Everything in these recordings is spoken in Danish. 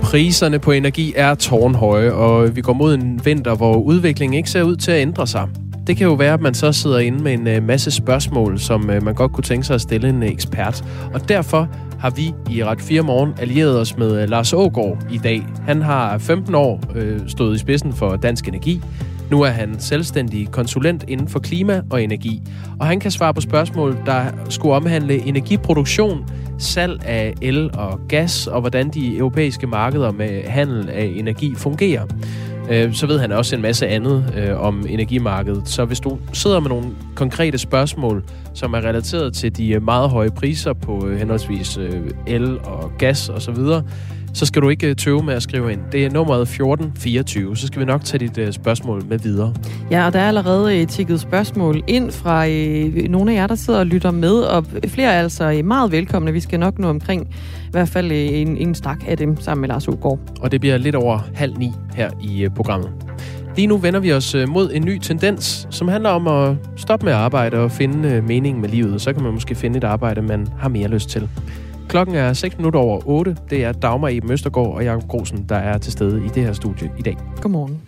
Priserne på energi er tårnhøje, og vi går mod en vinter, hvor udviklingen ikke ser ud til at ændre sig. Det kan jo være, at man så sidder inde med en masse spørgsmål, som man godt kunne tænke sig at stille en ekspert. Og derfor har vi i Radio 4 Morgen allieret os med Lars Aagaard i dag. Han har 15 år stået i spidsen for Dansk Energi. Nu er han selvstændig konsulent inden for klima og energi. Og han kan svare på spørgsmål, der skulle omhandle energiproduktion, salg af el og gas, og hvordan de europæiske markeder med handel af energi fungerer. Så ved han også en masse andet om energimarkedet. Så hvis du sidder med nogle konkrete spørgsmål, som er relateret til de meget høje priser på henholdsvis el og gas osv., så skal du ikke tøve med at skrive ind. Det er nummeret 1424, så skal vi nok tage dit spørgsmål med videre. Ja, og der er allerede tikket spørgsmål ind fra nogle af jer, der sidder og lytter med, og flere er altså meget velkomne. Vi skal nok nå omkring i hvert fald en stak af dem sammen med Lars Aagaard. Og det bliver lidt over 8:30 her i programmet. Lige nu vender vi os mod en ny tendens, som handler om at stoppe med at arbejde og finde mening med livet. Så kan man måske finde et arbejde, man har mere lyst til. Klokken er 8:06. Det er Dagmar Eben Østergaard og Jakob Grosen, der er til stede i det her studie i dag. Godmorgen.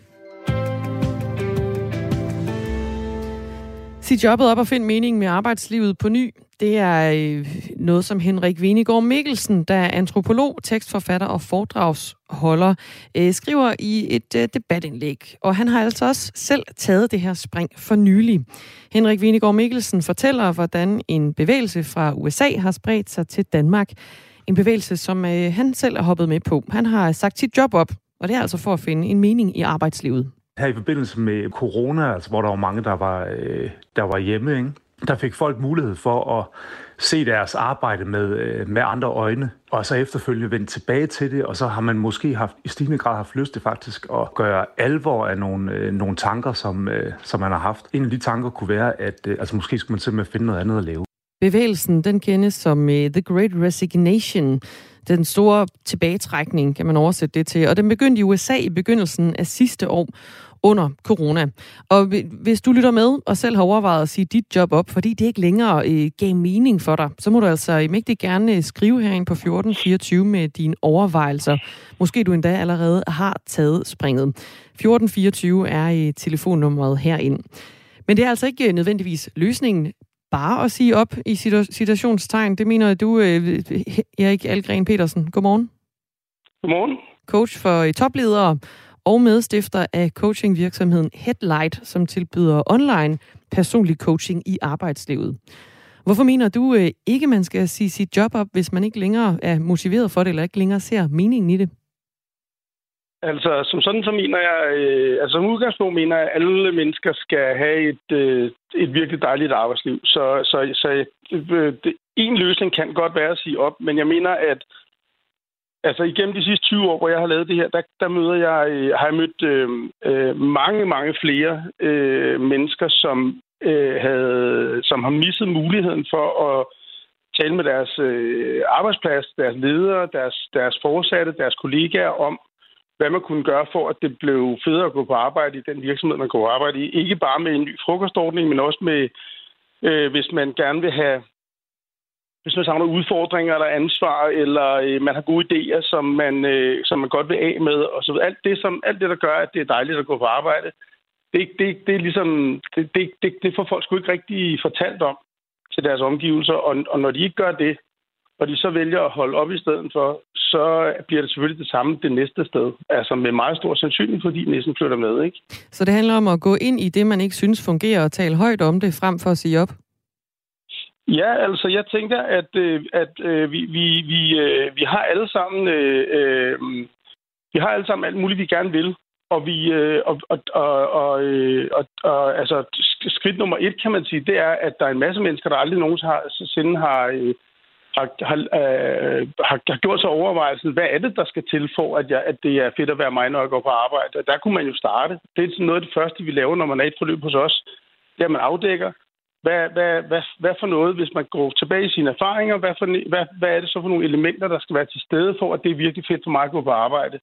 Sig jobbet op og find mening med arbejdslivet på ny. Det er noget, som Henrik Venegård Mikkelsen, der er antropolog, tekstforfatter og foredragsholder, skriver i et debatindlæg. Og han har altså også selv taget det her spring for nylig. Henrik Venegård Mikkelsen fortæller, hvordan en bevægelse fra USA har spredt sig til Danmark. En bevægelse, som han selv er hoppet med på. Han har sagt sit job op, og det er altså for at finde en mening i arbejdslivet. Her i forbindelse med corona, altså hvor der var mange, der var hjemme, ikke? Der fik folk mulighed for at se deres arbejde med andre øjne, og så efterfølgende vende tilbage til det, og så har man måske i stigende grad haft lyst til faktisk at gøre alvor af nogle tanker, som man har haft. En af de tanker kunne være, at måske skulle man simpelthen finde noget andet at lave. Bevægelsen, den kendes som The Great Resignation. Den store tilbagetrækning, kan man oversætte det til. Og den begyndte i USA i begyndelsen af sidste år under corona. Og hvis du lytter med og selv har overvejet at sige dit job op, fordi det ikke længere gav mening for dig, så må du altså mægtig gerne skrive herind på 1424 med dine overvejelser. Måske du endda allerede har taget springet. 1424 er telefonnummeret herind. Men det er altså ikke nødvendigvis løsningen bare at sige op i situationstegn. Det mener du, Erik Algren Petersen. Godmorgen. Godmorgen. Coach for topledere og medstifter af coachingvirksomheden Headlight, som tilbyder online personlig coaching i arbejdslivet. Hvorfor mener du ikke, man skal sige sit job op, hvis man ikke længere er motiveret for det, eller ikke længere ser meningen i det? Altså, som sådan, så mener jeg, som udgangspunkt mener jeg, at alle mennesker skal have et virkelig dejligt arbejdsliv. Så en løsning kan godt være at sige op, men jeg mener, at altså igennem de sidste 20 år, hvor jeg har lavet det her, har jeg mødt mange flere mennesker, som har misset muligheden for at tale med deres arbejdsplads, deres ledere, deres foresatte, deres kollegaer om, hvad man kunne gøre for, at det blev federe at gå på arbejde i den virksomhed, man går på arbejde i. Ikke bare med en ny frokostordning, men også med, hvis man gerne vil have, hvis man savner udfordringer eller ansvar, eller man har gode idéer, som man godt vil af med, og så alt det, der gør, at det er dejligt at gå på arbejde, det er ligesom, det får folk sgu ikke rigtig fortalt om til deres omgivelser, og når de ikke gør det, og de så vælger at holde op i stedet for, så bliver det selvfølgelig det samme det næste sted. Altså med meget stor sandsynlighed, fordi næsten flytter med, ikke? Så det handler om at gå ind i det, man ikke synes fungerer, og tale højt om det, frem for at sige op? Ja, altså jeg tænker, at vi har alle sammen alt muligt, vi gerne vil. Og altså skridt nummer 1, kan man sige, det er, at der er en masse mennesker, der aldrig nogensinde har gjort sig overvejelsen, hvad er det, der skal til for, at det er fedt at være mig, når jeg går på arbejde. Og der kunne man jo starte. Det er sådan noget af det første, vi laver, når man er i et forløb hos os. Det er, at man afdækker, hvad for noget, hvis man går tilbage i sine erfaringer, hvad er det så for nogle elementer, der skal være til stede for, at det er virkelig fedt for mig at gå på arbejde.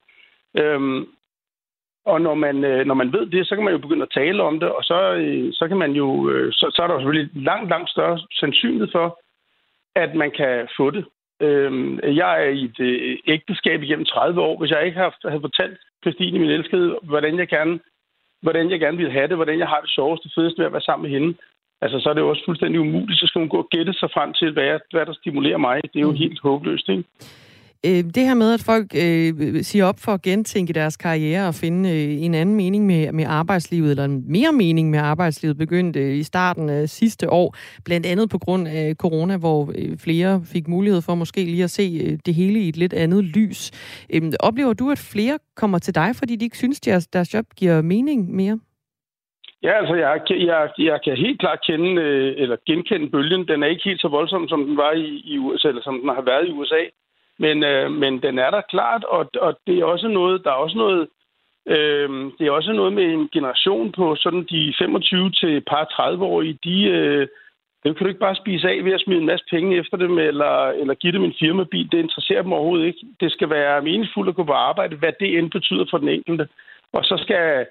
Og når man ved det, så kan man jo begynde at tale om det, og så kan man jo, så er der jo selvfølgelig langt større sandsynlighed for, at man kan få det. Jeg er i et ægteskab igennem 30 år. Hvis jeg ikke havde fortalt Christine, min elskede, hvordan jeg gerne ville have det, hvordan jeg har det sjoveste, fedeste ved at være sammen med hende, altså, så er det jo også fuldstændig umuligt. Så skal hun gå og gætte sig frem til, hvad der stimulerer mig. Det er jo helt håbløst, ikke? Det her med, at folk siger op for at gentænke deres karriere og finde en anden mening med arbejdslivet, eller en mere mening med arbejdslivet, begyndte i starten af sidste år, blandt andet på grund af corona, hvor flere fik mulighed for måske lige at se det hele i et lidt andet lys. Oplever du, at flere kommer til dig, fordi de ikke synes, deres job giver mening mere? Ja, altså, jeg kan helt klart genkende bølgen. Den er ikke helt så voldsom, som den var i USA, eller som den har været i USA. Men den er der klart, og det er også noget, det er også noget med en generation på sådan de 25 til par 30-årige, det kan du ikke bare spise af ved at smide en masse penge efter dem, eller give dem en firmabil. Det interesserer dem overhovedet ikke. Det skal være meningsfuldt at gå på arbejde, hvad det end betyder for den enkelte. Og så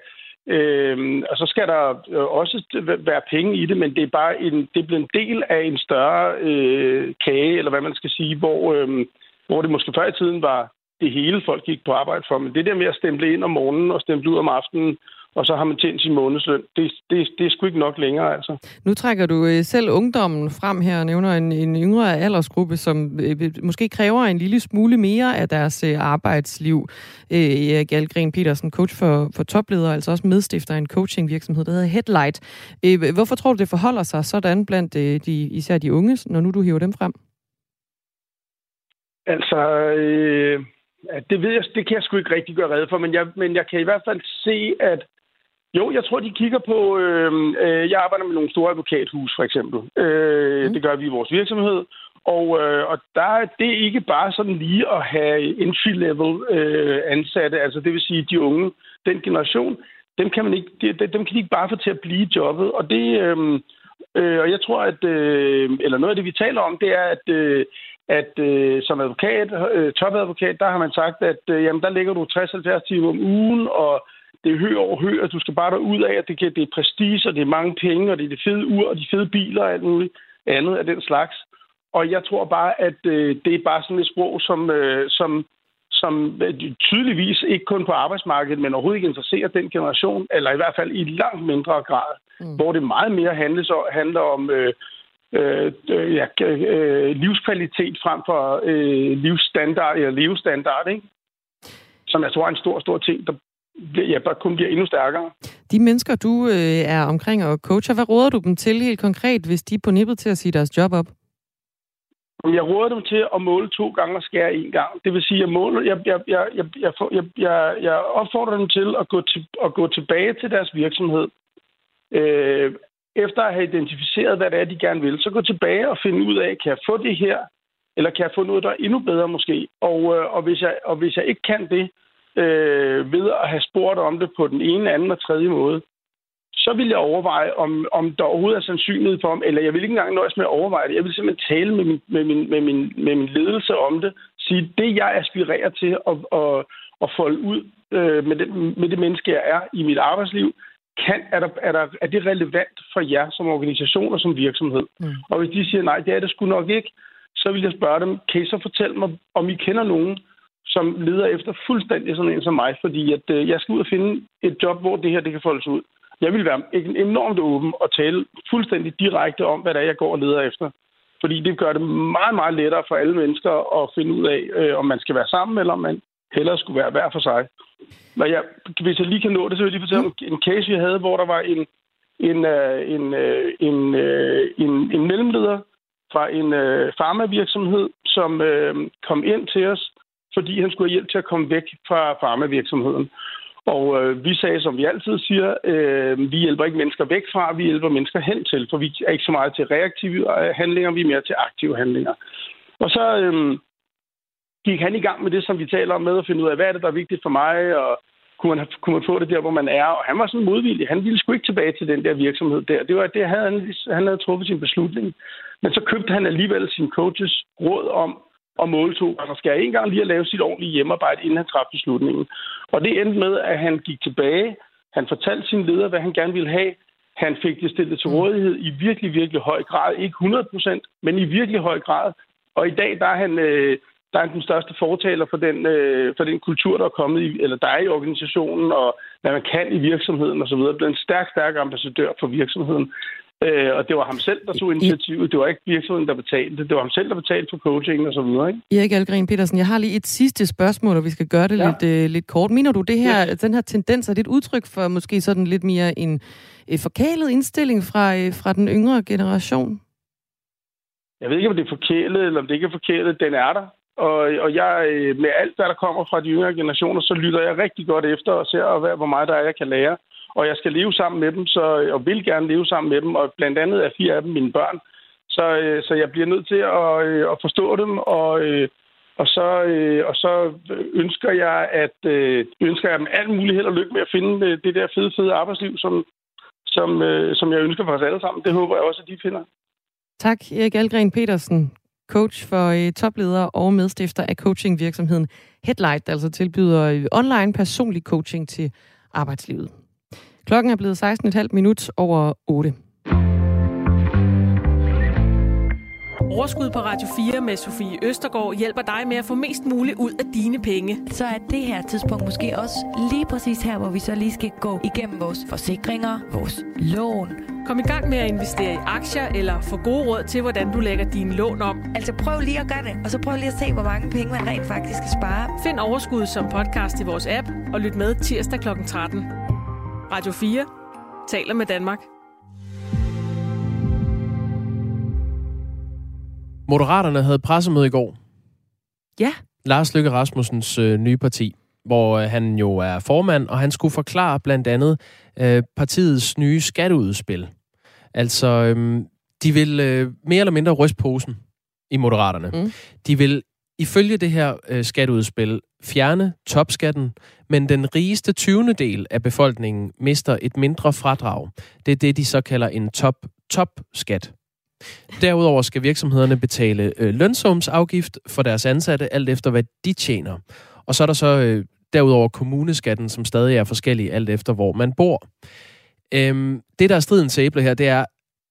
skal der også være penge i det, men det er bare det bliver en del af en større kage, eller hvad man skal sige, hvor det måske før i tiden var det hele, folk gik på arbejde for. Men det der med at stemple ind om morgenen og stemple ud om aftenen, og så har man tjent sin månedsløn, det er sgu ikke nok længere, altså. Nu trækker du selv ungdommen frem her og nævner en yngre aldersgruppe, som måske kræver en lille smule mere af deres arbejdsliv. Erik Ahlgren Petersen, coach for topledere, altså også medstifter af en coachingvirksomhed, der hedder Headlight. Hvorfor tror du, det forholder sig sådan blandt især de unge, når nu du hiver dem frem? Altså, det ved jeg, det kan jeg sgu ikke rigtig gøre rede for, men jeg kan i hvert fald se, at jo, jeg tror, de kigger på, jeg arbejder med nogle store advokathus, for eksempel. Det gør vi i vores virksomhed, og det er ikke bare sådan lige at have entry-level ansatte, altså det vil sige, de unge, den generation, dem kan de ikke bare få til at blive jobbet, og det, og jeg tror, at, eller noget af det, vi taler om, det er, at som advokat, topadvokat, der har man sagt, at jamen, der ligger du 60-70 timer om ugen, og det er hø over hø, og du skal bare derud af, at det er prestige, og det er mange penge, og det er det fede ur, og de fede biler, og alt muligt andet af den slags. Og jeg tror bare, at det er bare sådan et sprog, som tydeligvis ikke kun på arbejdsmarkedet, men overhovedet ikke interesserer den generation, eller i hvert fald i langt mindre grad, hvor det meget mere handler om livskvalitet frem for livsstandard eller levestandard, ikke? Som jeg tror er en stor, stor ting, der kun bliver endnu stærkere. De mennesker, du er omkring og coacher, hvad råder du dem til helt konkret, hvis de er på nippet til at sige deres job op? Jeg råder dem til at måle 2 gange og skære 1 gang. Det vil sige, jeg opfordrer dem til at gå tilbage til deres virksomhed. Efter at have identificeret, hvad det er, de gerne vil, så gå tilbage og finde ud af, kan jeg få det her, eller kan jeg få noget, der er endnu bedre måske. Og hvis jeg ikke kan det, ved at have spurgt om det på den ene, anden og tredje måde, så vil jeg overveje, om der overhovedet er sandsynlighed for, eller jeg vil ikke engang nøjes med at overveje det. Jeg vil simpelthen tale med min ledelse om det. Sige, det jeg aspirerer til at folde ud med det menneske, jeg er i mit arbejdsliv, er det relevant for jer som organisation og som virksomhed? Og hvis de siger, nej, det er det sgu nok ikke, så vil jeg spørge dem, kan I så fortælle mig, om I kender nogen, som leder efter fuldstændig sådan en som mig, fordi at jeg skal ud og finde et job, hvor det her det kan foldes ud. Jeg vil være enormt åben og tale fuldstændig direkte om, hvad det er, jeg går og leder efter. Fordi det gør det meget, meget lettere for alle mennesker at finde ud af, om man skal være sammen, eller om man hellere skulle være hver for sig. Hvis jeg lige kan nå det, så vil jeg lige fortælle om en case, vi havde, hvor der var en mellemleder fra en farmavirksomhed, som kom ind til os, fordi han skulle have hjælp til at komme væk fra farmavirksomheden. Og vi sagde, som vi altid siger, vi hjælper ikke mennesker væk fra, vi hjælper mennesker hen til, for vi er ikke så meget til reaktive handlinger, vi er mere til aktive handlinger. Og så gik han i gang med det, som vi taler om, med at finde ud af, hvad er det, der er vigtigt for mig, og kunne man få det der, hvor man er. Og han var sådan modvillig. Han ville sgu ikke tilbage til den der virksomhed der. Det var det, han havde truffet sin beslutning. Men så købte han alligevel sin coaches råd om at måle 2 gange. Skal jeg en gang lige at lave sit ordentlige hjemmearbejde, inden han træffede beslutningen. Og det endte med, at han gik tilbage. Han fortalte sin leder, hvad han gerne ville have. Han fik det stillet til rådighed i virkelig, virkelig høj grad. Ikke 100%, men i virkelig høj grad. Og i dag, der er han den største fortaler for den kultur, der er kommet eller der er i organisationen, og hvad man kan i virksomheden osv. Det er blevet en stærk ambassadør for virksomheden. Og det var ham selv, der tog initiativet. Det var ikke virksomheden, der betalte. Det var ham selv, der betalte for coaching og så videre, ikke? Erik Algren Petersen, jeg har lige et sidste spørgsmål, og vi skal gøre det lidt kort. Mener du, den her tendens er det et udtryk for måske sådan lidt mere en forkælet indstilling fra den yngre generation? Jeg ved ikke, om det er forkælet, eller om det ikke er forkælet. Den er der. Og jeg, med alt, hvad der kommer fra de yngre generationer, så lytter jeg rigtig godt efter og ser, hvor meget der er, jeg kan lære. Og jeg skal leve sammen med dem, og vil gerne leve sammen med dem. Og blandt andet er 4 af dem mine børn. Så jeg bliver nødt til at forstå dem, og så ønsker jeg dem alt muligt held og lykke med at finde det der fede arbejdsliv, som jeg ønsker for os alle sammen. Det håber jeg også, at de finder. Tak, Erik Algren Petersen, coach for topleder og medstifter af coachingvirksomheden Headlight, der altså tilbyder online personlig coaching til arbejdslivet. Klokken er blevet 16,5 over 8. Overskud på Radio 4 med Sofie Østergaard hjælper dig med at få mest muligt ud af dine penge. Så er det her tidspunkt måske også lige præcis her, hvor vi så lige skal gå igennem vores forsikringer, vores lån. Kom i gang med at investere i aktier eller få gode råd til, hvordan du lægger dine lån om. Altså prøv lige at gøre det, og så prøv lige at se, hvor mange penge man rent faktisk skal spare. Find Overskud som podcast i vores app og lyt med tirsdag kl. 13. Radio 4 taler med Danmark. Moderaterne havde pressemøde i går. Ja. Lars Løkke Rasmussens nye parti, hvor han jo er formand, og han skulle forklare blandt andet partiets nye skatteudspil. Altså, de vil mere eller mindre ryste posen i Moderaterne. Mm. De vil ifølge det her skatteudspil fjerne topskatten, men den rigeste 20. del af befolkningen mister et mindre fradrag. Det er det, de så kalder en top-skat. Derudover skal virksomhederne betale lønsumsafgift for deres ansatte, alt efter hvad de tjener. Og så er der så derudover kommuneskatten, som stadig er forskellig, alt efter hvor man bor. Det, der er stridens æble her, det er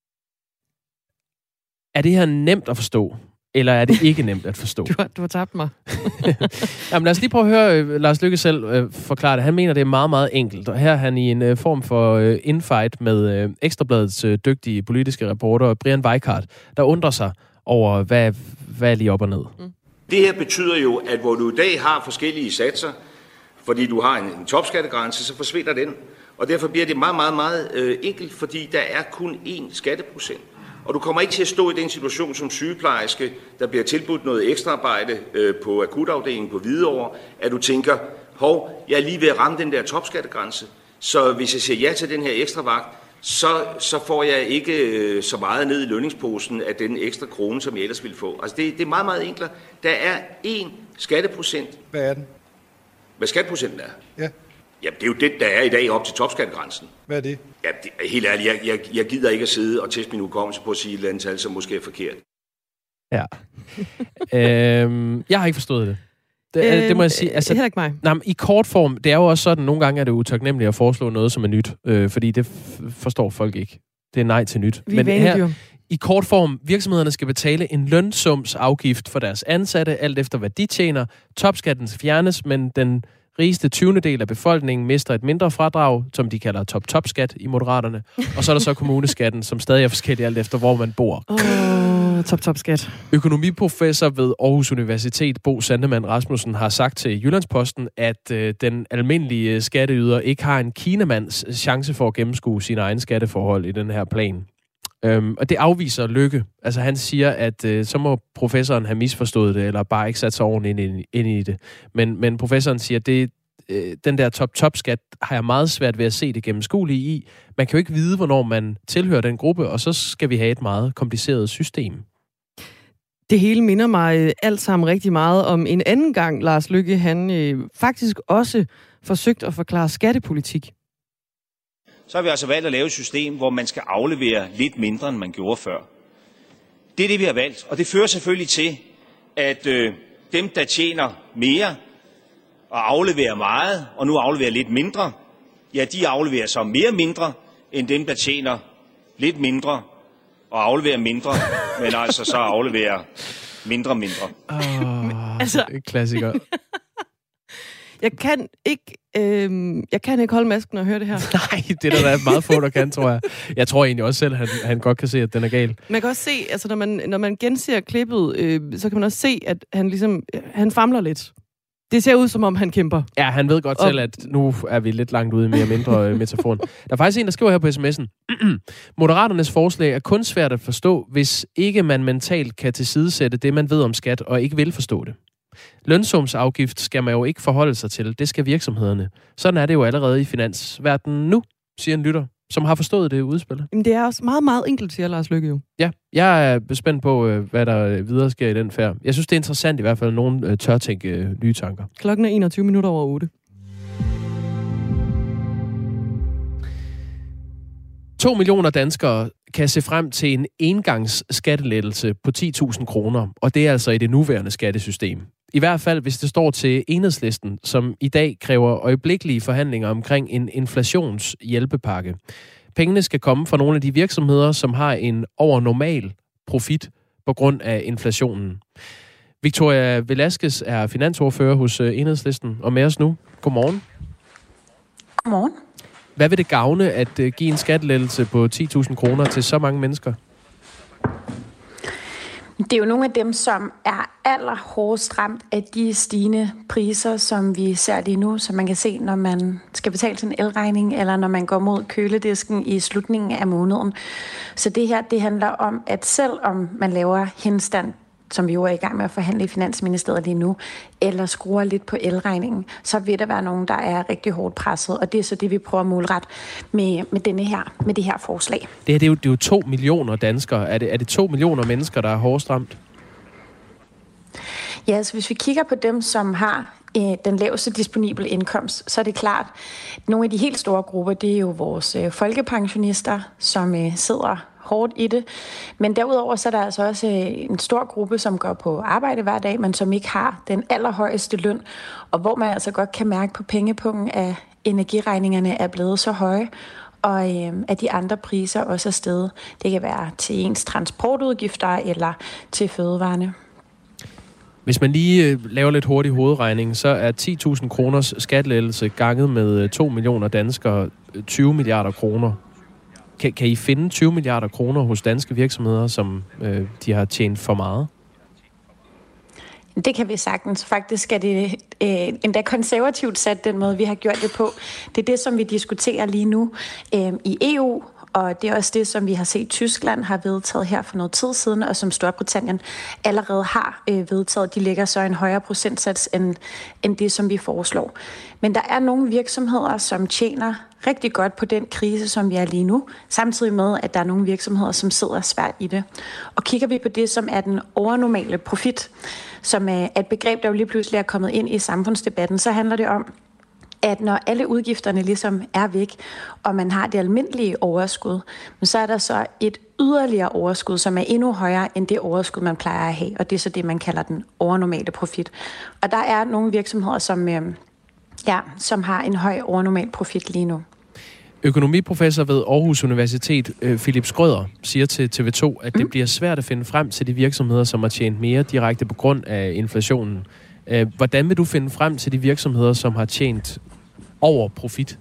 det her nemt at forstå? Eller er det ikke nemt at forstå? Du har tabt mig. Jamen lad os lige prøve at høre Lars Løkke selv forklare det. Han mener, det er meget, meget enkelt. Og her er han i en form for infight med Ekstrabladets dygtige politiske reporter Brian Weikart, der undrer sig over, hvad er lige op og ned. Mm. Det her betyder jo, at hvor du i dag har forskellige satser, fordi du har en topskattegrænse, så forsvinder den. Og derfor bliver det meget, meget, meget enkelt, fordi der er kun én skatteprocent. Og du kommer ikke til at stå i den situation som sygeplejerske, der bliver tilbudt noget ekstra arbejde på akutafdelingen på Hvidovre, at du tænker, jeg er lige ved at ramme den der topskattegrænse, så hvis jeg siger ja til den her ekstra vagt, så får jeg ikke så meget ned i lønningsposen af den ekstra krone, som jeg ellers ville få. Altså det er meget, meget enklere. Der er én skatteprocent. Hvad er den? Hvad skatteprocenten er? Ja. Jamen, det er jo det, der er i dag op til topskattegrænsen. Hvad er det? Ja, helt ærligt, jeg gider ikke at sidde og teste min hukommelse på at sige et eller andet tal, som måske er forkert. Ja. Jeg har ikke forstået det. Det må jeg sige. Altså, heller ikke mig. Nej, i kort form, det er jo også sådan, nogle gange er det utaknemmeligt at foreslå noget, som er nyt, fordi det forstår folk ikke. Det er nej til nyt. Men her, i kort form, virksomhederne skal betale en lønsumsafgift for deres ansatte, alt efter hvad de tjener. Topskatten fjernes, men den rigeste 20. del af befolkningen mister et mindre fradrag, som de kalder top-skat i Moderaterne. Og så er der så kommuneskatten, som stadig er forskellig alt efter, hvor man bor. Top-skat. Økonomiprofessor ved Aarhus Universitet, Bo Sandemann Rasmussen, har sagt til Jyllandsposten, at den almindelige skatteyder ikke har en kinamands chance for at gennemskue sine egne skatteforhold i den her plan. Og det afviser Løkke. Altså han siger, at så må professoren have misforstået det, eller bare ikke sat sig ordentligt ind i det. Men professoren siger, at den der top-skat har jeg meget svært ved at se det gennemskuelige i. Man kan jo ikke vide, hvornår man tilhører den gruppe, og så skal vi have et meget kompliceret system. Det hele minder mig alt sammen rigtig meget om en anden gang, Lars Løkke, han faktisk også forsøgt at forklare skattepolitik. Så har vi altså valgt at lave et system, hvor man skal aflevere lidt mindre, end man gjorde før. Det er det, vi har valgt. Og det fører selvfølgelig til, at dem, der tjener mere og afleverer meget, og nu afleverer lidt mindre, ja, de afleverer så mere mindre, end dem, der tjener lidt mindre og afleverer mindre, men altså så afleverer mindre. Altså... Klassiker. Jeg kan ikke holde masken og høre det her. Nej, det er der meget få, der kan, tror jeg. Jeg tror egentlig også selv, at han godt kan se, at den er gal. Man kan også se, altså når man genser klippet, så kan man også se, at han famler lidt. Det ser ud, som om han kæmper. Ja, han ved godt selv, at nu er vi lidt langt ude i mere mindre metaforen. Der er faktisk en, der skriver her på sms'en. Moderaternes forslag er kun svært at forstå, hvis ikke man mentalt kan tilsidesætte det, man ved om skat, og ikke vil forstå det. Lønsumsafgift skal man jo ikke forholde sig til. Det skal virksomhederne. Sådan er det jo allerede i finansverdenen nu, siger en lytter, som har forstået det udspil. Men det er også meget, meget enkelt, siger Lars Løkke jo. Ja, jeg er spændt på, hvad der videre sker i den færd. Jeg synes, det er interessant i hvert fald, at nogen tør tænke nye tanker. Klokken er 21 minutter over 8. 2 millioner danskere kan se frem til en engangsskattelettelse på 10.000 kroner, og det er altså i det nuværende skattesystem. I hvert fald, hvis det står til Enhedslisten, som i dag kræver øjeblikkelige forhandlinger omkring en inflationshjælpepakke. Pengene skal komme fra nogle af de virksomheder, som har en overnormal profit på grund af inflationen. Victoria Velasquez er finansordfører hos Enhedslisten, og med os nu. Godmorgen. Godmorgen. Hvad vil det gavne at give en skattelettelse på 10.000 kroner til så mange mennesker? Det er jo nogle af dem, som er allerhårdest ramt af de stigende priser, som vi ser lige nu, som man kan se, når man skal betale sin elregning, eller når man går mod køledisken i slutningen af måneden. Så det her, det handler om, at selvom man laver henstand, som vi jo er i gang med at forhandle i Finansministeriet lige nu, eller skruer lidt på elregningen, så vil der være nogen, der er rigtig hårdt presset, og det er så det, vi prøver at målret med det her forslag. Det er jo 2 millioner danskere. Er det 2 millioner mennesker, der er hårdest ramt? Ja, så hvis vi kigger på dem, som har den laveste disponible indkomst, så er det klart, at nogle af de helt store grupper, det er jo vores folkepensionister, som sidder hårdt i det. Men derudover så er der altså også en stor gruppe, som går på arbejde hver dag, men som ikke har den allerhøjeste løn, og hvor man altså godt kan mærke på pengepungen, at energiregningerne er blevet så høje, og at de andre priser også er steget. Det kan være til ens transportudgifter eller til fødevarene. Hvis man lige laver lidt hurtig hovedregning, så er 10.000 kroners skattelettelse ganget med 2 millioner danskere 20 milliarder kroner. Kan I finde 20 milliarder kroner hos danske virksomheder, som de har tjent for meget? Det kan vi sagtens. Faktisk er det endda konservativt sat den måde, vi har gjort det på. Det er det, som vi diskuterer lige nu i EU, og det er også det, som vi har set Tyskland har vedtaget her for noget tid siden, og som Storbritannien allerede har vedtaget. De lægger så en højere procentsats end det, som vi foreslår. Men der er nogle virksomheder, som tjener rigtig godt på den krise, som vi er lige nu, samtidig med, at der er nogle virksomheder, som sidder svært i det. Og kigger vi på det, som er den overnormale profit, som er et begreb, der jo lige pludselig er kommet ind i samfundsdebatten, så handler det om, at når alle udgifterne ligesom er væk, og man har det almindelige overskud, så er der så et yderligere overskud, som er endnu højere end det overskud, man plejer at have, og det er så det, man kalder den overnormale profit. Og der er nogle virksomheder, som har en høj overnormal profit lige nu. Økonomiprofessor ved Aarhus Universitet, Philip Skrøder, siger til TV2, at det bliver svært at finde frem til de virksomheder, som har tjent mere direkte på grund af inflationen. Hvordan vil du finde frem til de virksomheder, som har tjent over profit?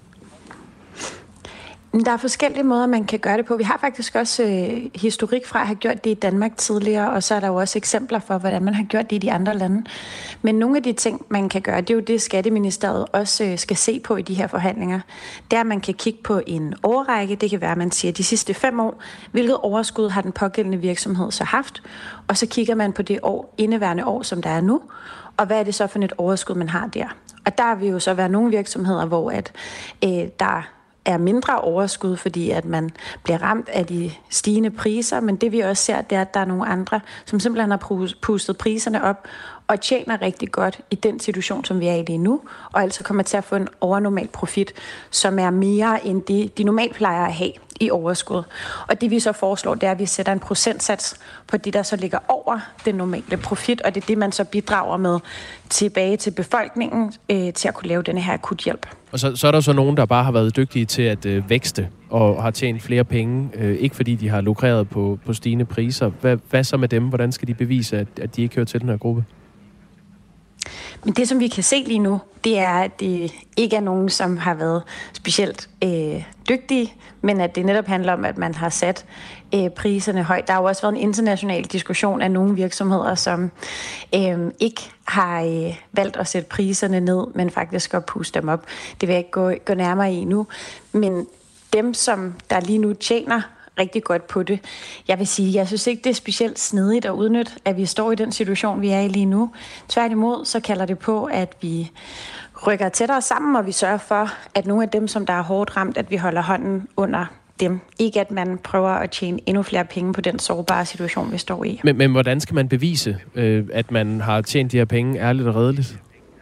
Der er forskellige måder, man kan gøre det på. Vi har faktisk også historik fra at have gjort det i Danmark tidligere, og så er der jo også eksempler for, hvordan man har gjort det i de andre lande. Men nogle af de ting, man kan gøre, det er jo det, Skatteministeriet også skal se på i de her forhandlinger. Det er, at man kan kigge på en årrække. Det kan være, at man siger de sidste 5 år, hvilket overskud har den pågældende virksomhed så haft, og så kigger man på det indeværende år, som der er nu, og hvad er det så for et overskud, man har der. Og der vil jo så være nogle virksomheder, hvor der er mindre overskud, fordi at man bliver ramt af de stigende priser, men det vi også ser, det er, at der er nogle andre, som simpelthen har pustet priserne op, og tjener rigtig godt i den situation, som vi er i lige nu, og altså kommer til at få en overnormal profit, som er mere end det, de normalt plejer at have i overskud. Og det vi så foreslår, det er, at vi sætter en procentsats på det, der så ligger over den normale profit, og det er det, man så bidrager med tilbage til befolkningen til at kunne lave denne her akuthjælp. Og så er der så nogen, der bare har været dygtige til at vækste og har tjent flere penge, ikke fordi de har lukreret på stigende priser. Hvad så med dem? Hvordan skal de bevise, at de ikke hører til den her gruppe? Men det, som vi kan se lige nu, det er, at det ikke er nogen, som har været specielt dygtige, men at det netop handler om, at man har sat priserne højt. Der har jo også været en international diskussion af nogle virksomheder, som ikke har valgt at sætte priserne ned, men faktisk at puste dem op. Det vil jeg ikke gå nærmere i nu. Men dem, som der lige nu tjener rigtig godt på det. Jeg vil sige, jeg synes ikke, det er specielt snedigt at udnytte, at vi står i den situation, vi er i lige nu. Tværtimod, så kalder det på, at vi rykker tættere sammen, og vi sørger for, at nogle af dem, som der er hårdt ramt, at vi holder hånden under dem. Ikke at man prøver at tjene endnu flere penge på den sårbare situation, vi står i. Men hvordan skal man bevise, at man har tjent de her penge ærligt og redeligt?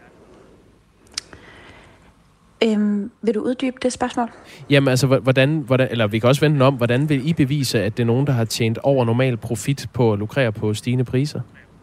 Vil du uddybe det spørgsmål? Jamen altså, hvordan, eller vi kan også vende om, hvordan vil I bevise, at det er nogen, der har tjent over normal profit på at lukrere på stigende priser?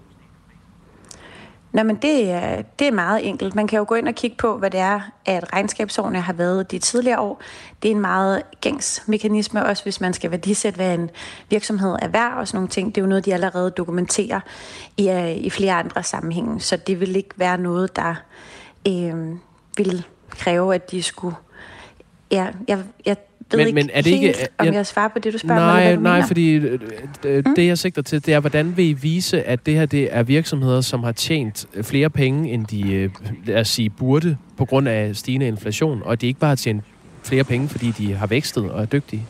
Nå, men det er meget enkelt. Man kan jo gå ind og kigge på, hvad det er, at regnskabsårene har været de tidligere år. Det er en meget gængs mekanisme, også hvis man skal værdisætte, hvad en virksomhed er værd og sådan nogle ting. Det er jo noget, de allerede dokumenterer i flere andre sammenhænge. Så det vil ikke være noget, der vil kræve, at de skulle... Ja, jeg ved men er det ikke helt, om jeg svarer på det, du spørger mig, hvad du mener? Fordi det, jeg sigter til, det er, hvordan vil I vise, at det her det er virksomheder, som har tjent flere penge, end de, lad os sige, burde, på grund af stigende inflation, og de ikke bare har tjent flere penge, fordi de har vækstet og er dygtige?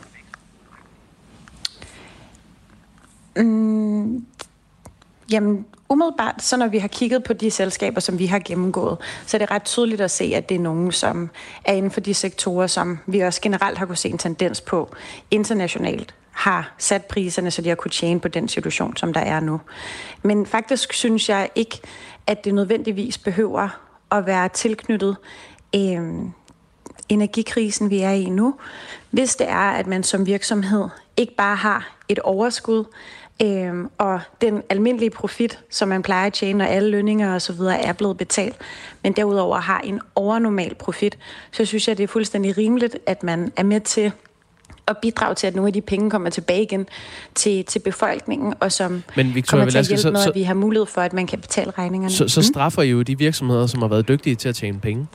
Jamen, umiddelbart, så når vi har kigget på de selskaber, som vi har gennemgået, så er det ret tydeligt at se, at det er nogen, som er inden for de sektorer, som vi også generelt har kunne se en tendens på internationalt, har sat priserne, så de har kunne tjene på den situation, som der er nu. Men faktisk synes jeg ikke, at det nødvendigvis behøver at være tilknyttet energikrisen, vi er i nu. Hvis det er, at man som virksomhed ikke bare har et overskud, og den almindelige profit, som man plejer at tjene, når alle lønninger og så videre er blevet betalt, men derudover har en overnormal profit, så synes jeg, det er fuldstændig rimeligt, at man er med til at bidrage til, at nogle af de penge kommer tilbage igen til befolkningen, og som men Victoria, kommer til at hjælpe med, at vi har mulighed for, at man kan betale regningerne. Så straffer I jo de virksomheder, som har været dygtige til at tjene penge?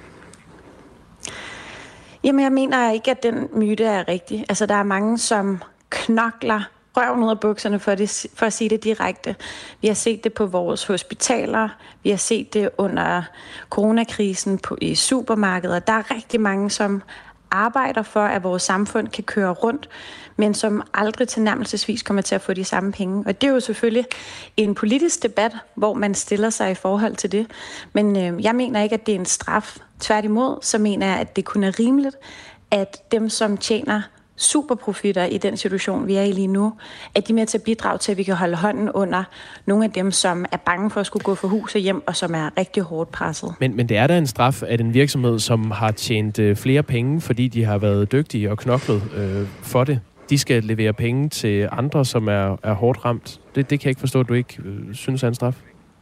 Jamen, jeg mener ikke, at den myte er rigtig. Altså, der er mange, som knokler røven ud af bukserne, for at sige det direkte. Vi har set det på vores hospitaler, vi har set det under coronakrisen i supermarkeder. Der er rigtig mange, som arbejder for, at vores samfund kan køre rundt, men som aldrig tilnærmelsesvis kommer til at få de samme penge. Og det er jo selvfølgelig en politisk debat, hvor man stiller sig i forhold til det. Men jeg mener ikke, at det er en straf. Tværtimod, så mener jeg, at det kun er rimeligt, at dem, som tjener superprofitter i den situation, vi er i lige nu, at de er med til at bidrage til, at vi kan holde hånden under nogle af dem, som er bange for at skulle gå fra hus og hjem, og som er rigtig hårdt presset. Men det er da en straf, at en virksomhed, som har tjent flere penge, fordi de har været dygtige og knoklet for det, de skal levere penge til andre, som er hårdt ramt. Det kan jeg ikke forstå, at du ikke synes er en straf.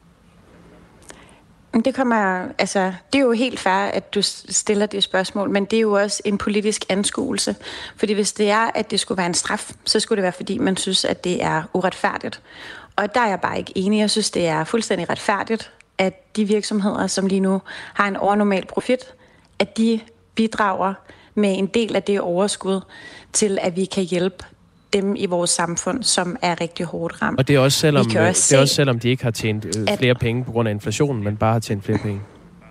Det er jo helt fair, at du stiller det spørgsmål, men det er jo også en politisk anskuelse. Fordi hvis det er, at det skulle være en straf, så skulle det være, fordi man synes, at det er uretfærdigt. Og der er jeg bare ikke enig. Jeg synes, det er fuldstændig retfærdigt, at de virksomheder, som lige nu har en overnormal profit, at de bidrager med en del af det overskud til, at vi kan hjælpe dem i vores samfund, som er rigtig hårdt ramt. Og det er også selvom de ikke har tjent flere penge på grund af inflationen, men bare har tjent flere penge.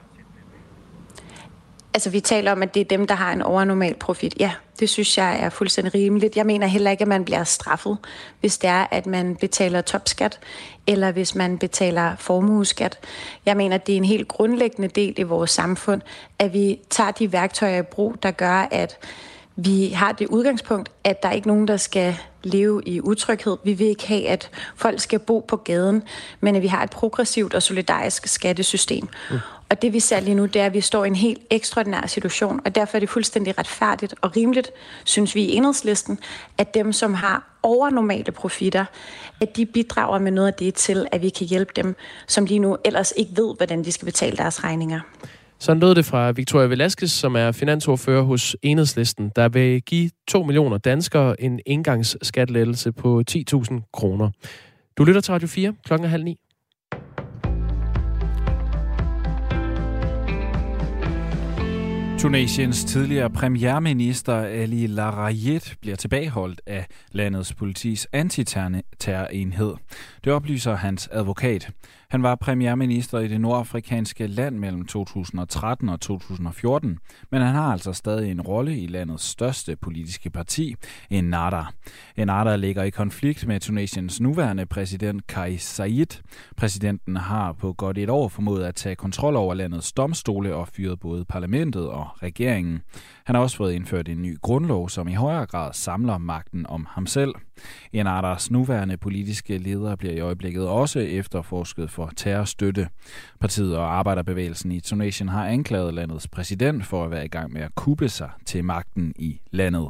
Altså, vi taler om, at det er dem, der har en overnormal profit. Ja, det synes jeg er fuldstændig rimeligt. Jeg mener heller ikke, at man bliver straffet, hvis det er, at man betaler topskat, eller hvis man betaler formueskat. Jeg mener, at det er en helt grundlæggende del i vores samfund, at vi tager de værktøjer i brug, der gør, at vi har det udgangspunkt, at der er ikke nogen, der skal leve i utryghed. Vi vil ikke have, at folk skal bo på gaden, men at vi har et progressivt og solidarisk skattesystem. Og det vi ser lige nu, det er, at vi står i en helt ekstraordinær situation, og derfor er det fuldstændig retfærdigt og rimeligt, synes vi i Enhedslisten, at dem, som har overnormale profitter, at de bidrager med noget af det til, at vi kan hjælpe dem, som lige nu ellers ikke ved, hvordan de skal betale deres regninger. Sådan lød det fra Victoria Velasquez, som er finansordfører hos Enhedslisten, der vil give 2 millioner danskere en engangsskattelettelse på 10.000 kroner. Du lytter til Radio 4, 8:30. Tunesiens tidligere premierminister Ali Larayet bliver tilbageholdt af landets politis antiterrorenhed. Det oplyser hans advokat. Han var premierminister i det nordafrikanske land mellem 2013 og 2014, men han har altså stadig en rolle i landets største politiske parti, Ennahda. Ennahda ligger i konflikt med Tunesiens nuværende præsident Kais Saied. Præsidenten har på godt et år formået at tage kontrol over landets domstole og fyret både parlamentet og regeringen. Han har også fået indført en ny grundlov, som i højere grad samler magten om ham selv. Ennahdas nuværende politiske leder bliver i øjeblikket også efterforsket for terrorstøtte. Partiet og arbejderbevægelsen i Tunesien har anklaget landets præsident for at være i gang med at kuppe sig til magten i landet.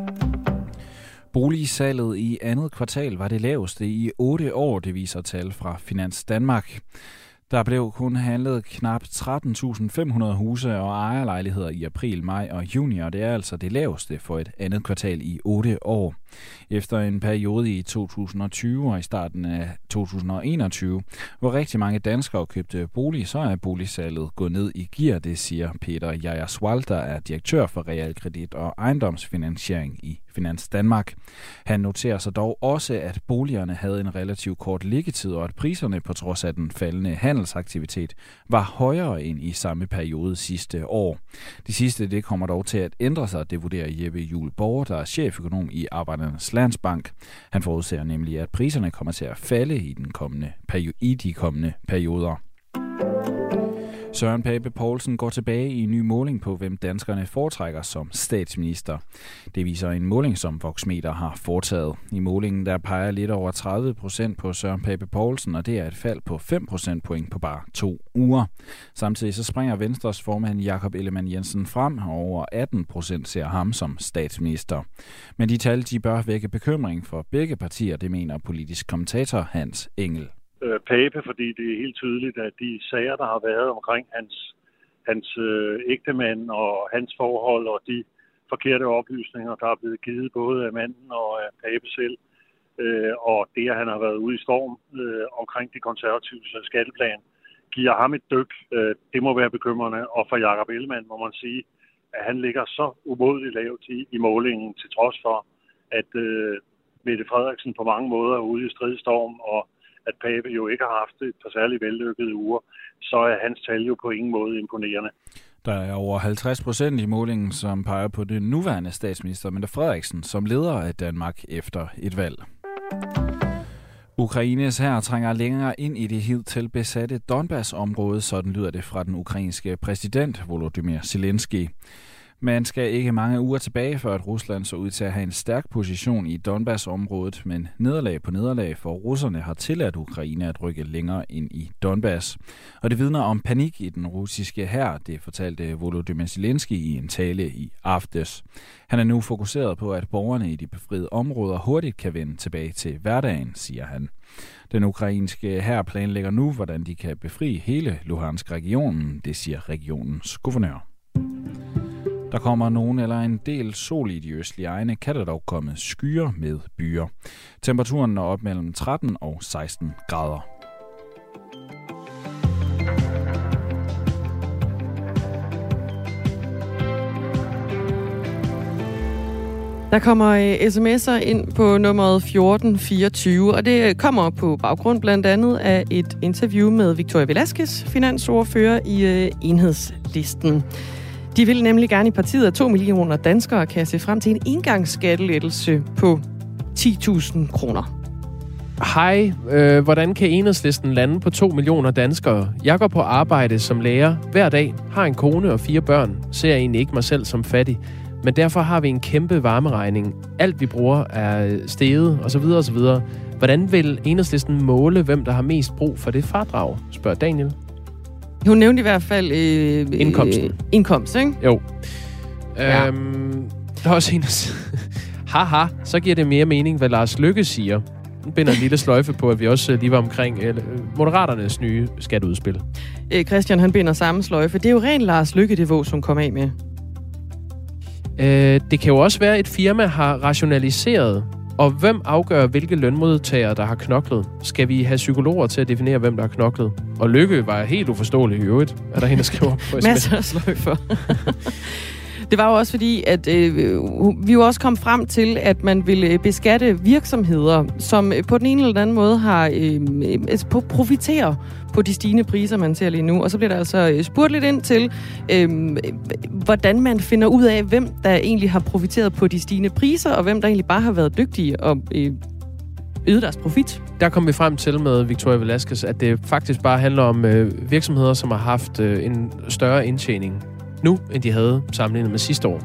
Boligsalget i andet kvartal var det laveste i 8 år, det viser tal fra Finans Danmark. Der blev kun handlet knap 13.500 huse og ejerlejligheder i april, maj og juni, og det er altså det laveste for et andet kvartal i 8 år. Efter en periode i 2020 og i starten af 2021, hvor rigtig mange danskere købte bolig, så er boligsalget gået ned i gear, det siger Peter Jajerswald, der er direktør for realkredit og ejendomsfinansiering i Finans Danmark. Han noterer sig dog også, at boligerne havde en relativt kort liggetid, og at priserne på trods af den faldende handelsaktivitet var højere end i samme periode sidste år. Det sidste det kommer dog til at ændre sig, det vurderer Jeppe Juel Borger, der er cheføkonom i Arbejdernes Landsbank. Han forudser nemlig, at priserne kommer til at falde i de kommende perioder. Søren Pape Poulsen går tilbage i en ny måling på, hvem danskerne foretrækker som statsminister. Det viser en måling, som Voxmeter har foretaget. I målingen der peger lidt over 30% på Søren Pape Poulsen, og det er et fald på 5 procentpoint på bare 2 uger. Samtidig så springer Venstres formand Jakob Ellemann-Jensen frem, og over 18% ser ham som statsminister. Men de tal de bør vække bekymring for begge partier, det mener politisk kommentator Hans Engel. Pape, fordi det er helt tydeligt, at de sager, der har været omkring hans ægtemand og hans forhold og de forkerte oplysninger, der er blevet givet både af manden og af Pape selv, og det, at han har været ude i storm omkring de konservative skatteplan, giver ham et dyk. Det må være bekymrende, og for Jakob Ellemann må man sige, at han ligger så umådeligt lavt i målingen, til trods for, at Mette Frederiksen på mange måder er ude i stridstorm, og at Pape jo ikke har haft et par særlig vellykkede uger, så er hans tal jo på ingen måde imponerende. Der er over 50% i målingen, som peger på den nuværende statsminister, Mette Frederiksen, som leder af Danmark efter et valg. Ukraines hær trænger længere ind i det hidtil besatte Donbas-område, sådan lyder det fra den ukrainske præsident Volodymyr Zelensky. Man skal ikke mange uger tilbage, før at Rusland så ud til at have en stærk position i Donbas-området, men nederlag på nederlag for russerne har tilladt Ukraine at rykke længere ind i Donbas. Og det vidner om panik i den russiske hær, det fortalte Volodymyr Zelensky i en tale i aftes. Han er nu fokuseret på, at borgerne i de befriede områder hurtigt kan vende tilbage til hverdagen, siger han. Den ukrainske hær planlægger nu, hvordan de kan befri hele Luhansk-regionen, det siger regionens guvernør. Der kommer nogen eller en del sol i de østlige egne, kan der dog komme skyer med byer. Temperaturen når op mellem 13 og 16 grader. Der kommer sms'er ind på nummeret 1424, og det kommer på baggrund blandt andet af et interview med Victoria Velasquez, finansordfører i Enhedslisten. De vil nemlig gerne i partiet, at 2 millioner danskere kan se frem til en engangsskattelettelse på 10.000 kroner. Hej, hvordan kan Enhedslisten lande på 2 millioner danskere? Jeg går på arbejde som lærer hver dag, har en kone og 4 børn, ser egentlig ikke mig selv som fattig. Men derfor har vi en kæmpe varmeregning. Alt vi bruger er steget, osv. osv. Hvordan vil Enhedslisten måle, hvem der har mest brug for det fradrag, spørger Daniel. Hun nævnte i hvert fald indkomst, ikke? Jo. Ja. Der er også en, haha, så giver det mere mening, hvad Lars Løkke siger. Den binder en lille sløjfe på, at vi også lige var omkring Moderaternes nye skatteudspil. Christian, han binder samme sløjfe. Det er jo rent Lars Løkke-niveau, som kom af med. Det kan jo også være, at et firma har rationaliseret. Og hvem afgør, hvilke lønmodtagere, der har knoklet? Skal vi have psykologer til at definere, hvem der har knoklet? Og Løkke var helt uforståelig i øvrigt, er der hende, der skriver på SMS. Masser af sløjfer. Det var jo også fordi, at vi jo også kom frem til, at man ville beskatte virksomheder, som på den ene eller anden måde har profiterer på de stigende priser, man ser lige nu. Og så bliver der altså spurgt lidt ind til, hvordan man finder ud af, hvem der egentlig har profiteret på de stigende priser, og hvem der egentlig bare har været dygtige og yde deres profit. Der kom vi frem til med Victoria Velasquez, at det faktisk bare handler om virksomheder, som har haft en større indtjening nu, end de havde sammenlignet med sidste år.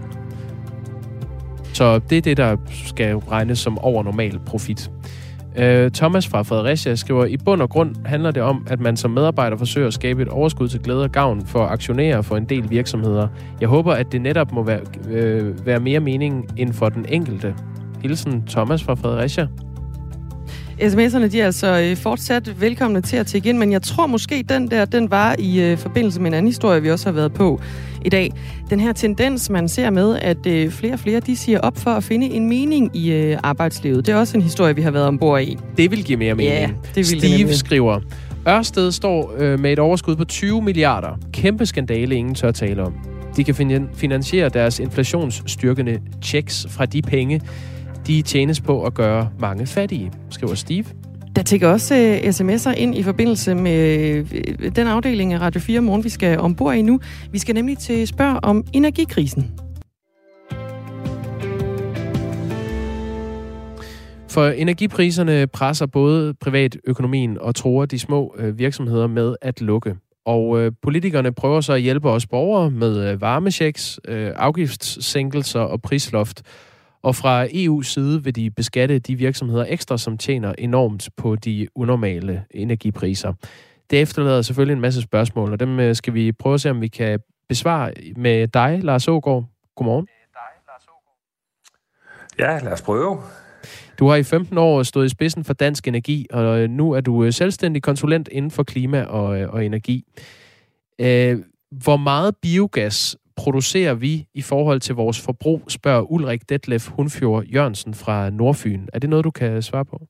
Så det er det, der skal regnes som over normal profit. Thomas fra Fredericia skriver, i bund og grund handler det om, at man som medarbejder forsøger at skabe et overskud til glæde og gavn for aktionærer for en del virksomheder. Jeg håber, at det netop må være mere mening end for den enkelte. Hilsen Thomas fra Fredericia. SMS'erne, de er altså fortsat velkomne til at tjekke ind, men jeg tror måske, den var i forbindelse med en anden historie, vi også har været på i dag. Den her tendens, man ser med, at flere og flere, de siger op for at finde en mening i arbejdslivet. Det er også en historie, vi har været ombord i. Det vil give mere mening. Ja, det vil Steve skriver, Ørsted står med et overskud på 20 milliarder. Kæmpe skandale, ingen tør tale om. De kan finansiere deres inflationsstyrkende checks fra de penge, de tjenes på at gøre mange fattige, skriver Steve. Der tækker også sms'er ind i forbindelse med den afdeling af Radio 4 Morgen, vi skal ombord i nu. Vi skal nemlig til spørge om energikrisen. For energipriserne presser både privatøkonomien og truer de små virksomheder med at lukke. Og politikerne prøver så at hjælpe os borgere med varmechecks, afgiftssænkelser og prisloft. Og fra EU's side vil de beskatte de virksomheder ekstra, som tjener enormt på de unormale energipriser. Det efterlader selvfølgelig en masse spørgsmål, og dem skal vi prøve at se, om vi kan besvare med dig, Lars Aagaard. Godmorgen. Ja, lad os prøve. Du har i 15 år stået i spidsen for Dansk Energi, og nu er du selvstændig konsulent inden for klima og energi. Hvor meget biogas producerer vi i forhold til vores forbrug, spørger Ulrik Detlef Hundfjord Jørgensen fra Nordfyn. Er det noget, du kan svare på?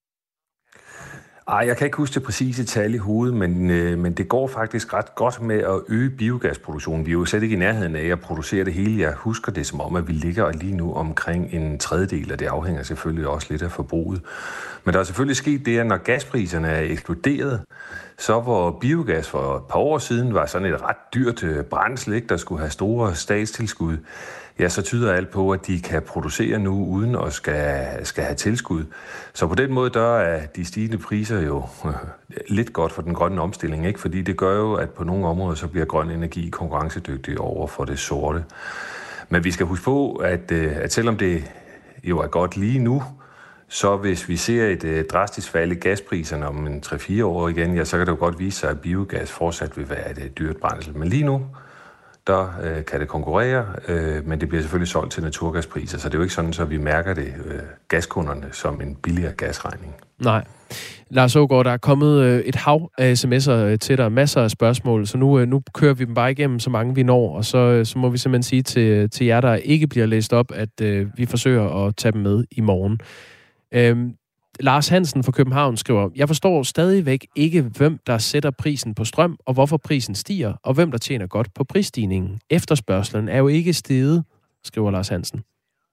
Jeg kan ikke huske det præcise tal i hovedet, men det går faktisk ret godt med at øge biogasproduktionen. Vi er jo slet ikke i nærheden af at producere det hele. Jeg husker det som om, at vi ligger lige nu omkring en tredjedel, og det afhænger selvfølgelig også lidt af forbruget. Men der er selvfølgelig sket det, at når gaspriserne er eksploderet, så hvor biogas for et par år siden var sådan et ret dyrt brændsel, der skulle have store statstilskud, ja, så tyder alt på, at de kan producere nu uden at skal have tilskud. Så på den måde, der er de stigende priser jo lidt godt for den grønne omstilling, ikke? Fordi det gør jo, at på nogle områder, så bliver grøn energi konkurrencedygtig over for det sorte. Men vi skal huske på, at selvom det jo er godt lige nu, så hvis vi ser et drastisk fald i gaspriserne om en 3-4 år igen, ja, så kan det jo godt vise sig, at biogas fortsat vil være et dyrt brændsel. Men lige nu, der kan det konkurrere, men det bliver selvfølgelig solgt til naturgaspriser, så det er jo ikke sådan, så vi mærker det gaskunderne som en billigere gasregning. Nej. Lars Aagaard, der er kommet et hav af sms'er til dig, masser af spørgsmål, så nu kører vi dem bare igennem, så mange vi når, og så må vi simpelthen sige til jer, der ikke bliver læst op, at vi forsøger at tage dem med i morgen. Lars Hansen fra København skriver, jeg forstår stadigvæk ikke, hvem der sætter prisen på strøm, og hvorfor prisen stiger, og hvem der tjener godt på prisstigningen. Efterspørgselen er jo ikke steget, skriver Lars Hansen.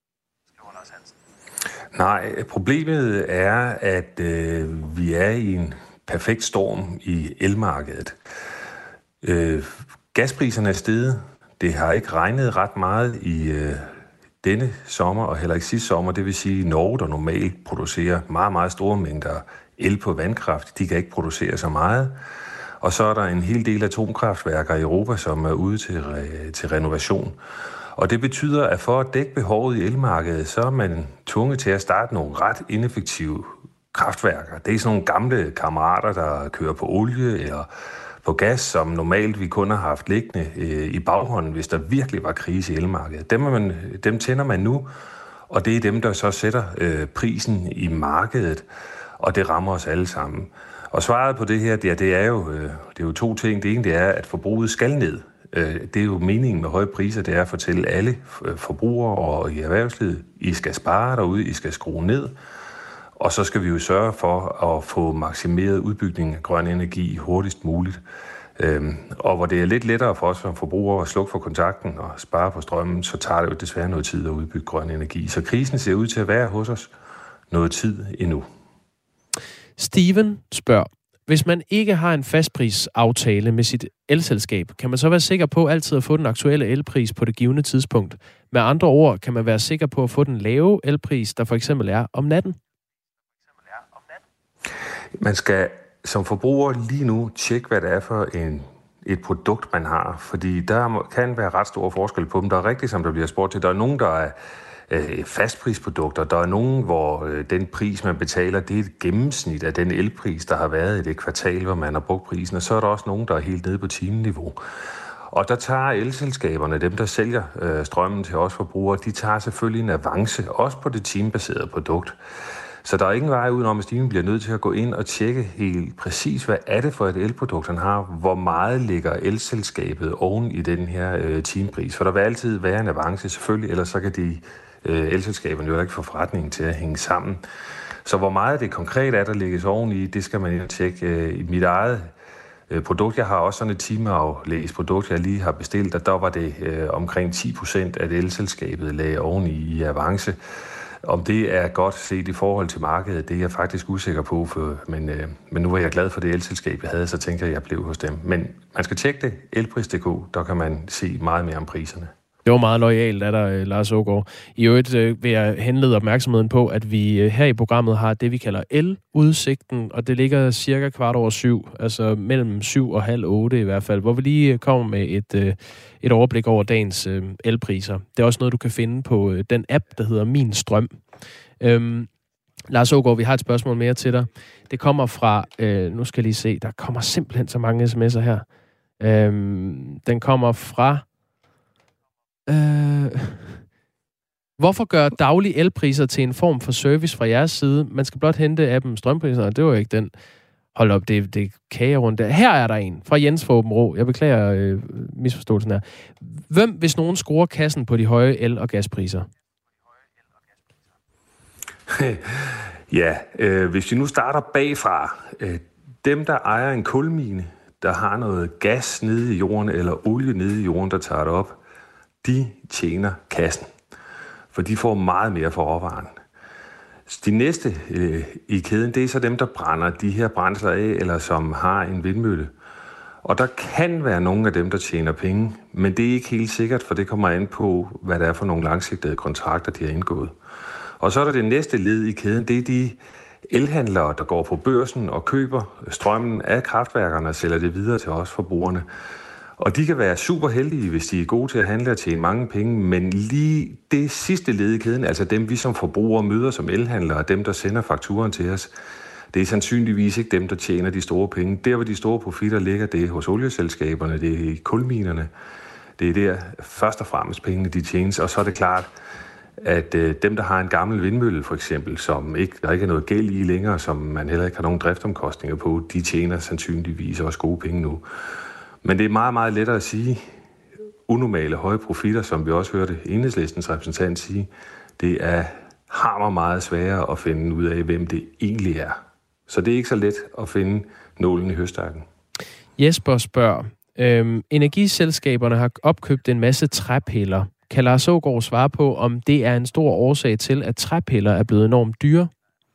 Nej, problemet er, at vi er i en perfekt storm i elmarkedet. Gaspriserne er steget. Det har ikke regnet ret meget i denne sommer, og heller ikke sidste sommer. Det vil sige, at Norge, der normalt producerer meget, meget store mængder el på vandkraft, de kan ikke producere så meget. Og så er der en hel del atomkraftværker i Europa, som er ude til renovation. Og det betyder, at for at dække behovet i elmarkedet, så er man tvunget til at starte nogle ret ineffektive kraftværker. Det er sådan nogle gamle kammerater, der kører på olie eller på gas, som normalt vi kun har haft liggende i baghånden, hvis der virkelig var krise i elmarkedet. Dem tænder man nu, og det er dem, der så sætter prisen i markedet, og det rammer os alle sammen. Og svaret på det her, det er jo to ting. Det ene, det er, at forbruget skal ned. Det er jo meningen med høje priser, det er at fortælle alle forbrugere og i erhvervslivet, I skal spare derude, I skal skrue ned. Og så skal vi jo sørge for at få maksimeret udbygning af grøn energi hurtigst muligt. Og hvor det er lidt lettere for os som forbrugere at slukke for kontakten og spare på strømmen, så tager det jo desværre noget tid at udbygge grøn energi. Så krisen ser ud til at være hos os noget tid endnu. Steven spørger, hvis man ikke har en fastprisaftale med sit elselskab, kan man så være sikker på altid at få den aktuelle elpris på det givne tidspunkt? Med andre ord, kan man være sikker på at få den lave elpris, der for eksempel er om natten? Man skal som forbruger lige nu tjekke, hvad det er for et produkt, man har. Fordi der kan være ret stor forskel på dem. Der er rigtigt, som der bliver spurgt til. Der er nogen, der er fastprisprodukter. Der er nogen, hvor den pris, man betaler, det er et gennemsnit af den elpris, der har været i det kvartal, hvor man har brugt prisen. Og så er der også nogen, der er helt nede på timeniveau. Og der tager elselskaberne, dem der sælger strømmen til os forbrugere, de tager selvfølgelig en avance, også på det timebaserede produkt. Så der er ingen vej udenom, at Steven bliver nødt til at gå ind og tjekke helt præcis, hvad er det for et elprodukt, han har. Hvor meget ligger elselskabet oven i den her timepris. For der vil altid være en avance, selvfølgelig, ellers så kan elselskaberne jo ikke få forretningen til at hænge sammen. Så hvor meget det konkret er, der lægges oveni, det skal man ind tjekke. I mit eget produkt, jeg har også sådan et timeaflæst produkt, jeg lige har bestilt, og der var det omkring 10% af det elselskabet lagde oveni i avance. Om det er godt set i forhold til markedet, det er jeg faktisk usikker på, men nu var jeg glad for det elselskab, jeg havde, så tænker jeg blev hos dem. Men man skal tjekke det, elpris.dk, der kan man se meget mere om priserne. Det var meget loyalt af dig, Lars Aagaard. I øvrigt vil jeg henlede opmærksomheden på, at vi her i programmet har det, vi kalder eludsigten, og det ligger cirka 7:15, altså mellem 7 og halv 8 i hvert fald, hvor vi lige kommer med et overblik over dagens elpriser. Det er også noget, du kan finde på den app, der hedder Min Strøm. Lars Aagaard, vi har et spørgsmål mere til dig. Det kommer fra, nu skal jeg lige se, der kommer simpelthen så mange sms'er her. Den kommer fra... Hvorfor gør daglige elpriser til en form for service fra jeres side? Man skal blot hente appen strømpriserne. Det var ikke den. Hold op, det kager rundt der. Her er der en fra Jens fra Åbenrå. Jeg beklager misforståelsen her. Hvem, hvis nogen, skruer kassen på de høje el- og gaspriser? Ja, hvis vi nu starter bagfra. Dem, der ejer en kulmine, der har noget gas nede i jorden, eller olie nede i jorden, der tager det op, de tjener kassen, for de får meget mere for råvaren. De næste i kæden, det er så dem, der brænder de her brændsler af, eller som har en vindmølle. Og der kan være nogle af dem, der tjener penge, men det er ikke helt sikkert, for det kommer an på, hvad det er for nogle langsigtede kontrakter, de har indgået. Og så er der det næste led i kæden, det er de elhandlere, der går på børsen og køber strømmen af kraftværkerne og sælger det videre til os forbrugerne. Og de kan være super heldige, hvis de er gode til at handle og tjene mange penge, men lige det sidste led i kæden, altså dem vi som forbrugere møder som elhandlere, dem der sender fakturen til os, det er sandsynligvis ikke dem, der tjener de store penge. Der hvor de store profitter ligger, det er hos olieselskaberne, det er i kulminerne. Det er der først og fremmest pengene de tjenes, og så er det klart, at dem, der har en gammel vindmølle for eksempel, som der ikke er noget gæld i længere, som man heller ikke har nogen driftomkostninger på, de tjener sandsynligvis også gode penge nu. Men det er meget, meget lettere at sige, unormale høje profitter, som vi også hørte Enhedslistens repræsentant sige, det er hammer meget sværere at finde ud af, hvem det egentlig er. Så det er ikke så let at finde nålen i høstakken. Jesper spørger, energiselskaberne har opkøbt en masse træpiller. Kan Lars Aagaard svare på, om det er en stor årsag til, at træpiller er blevet enormt dyre?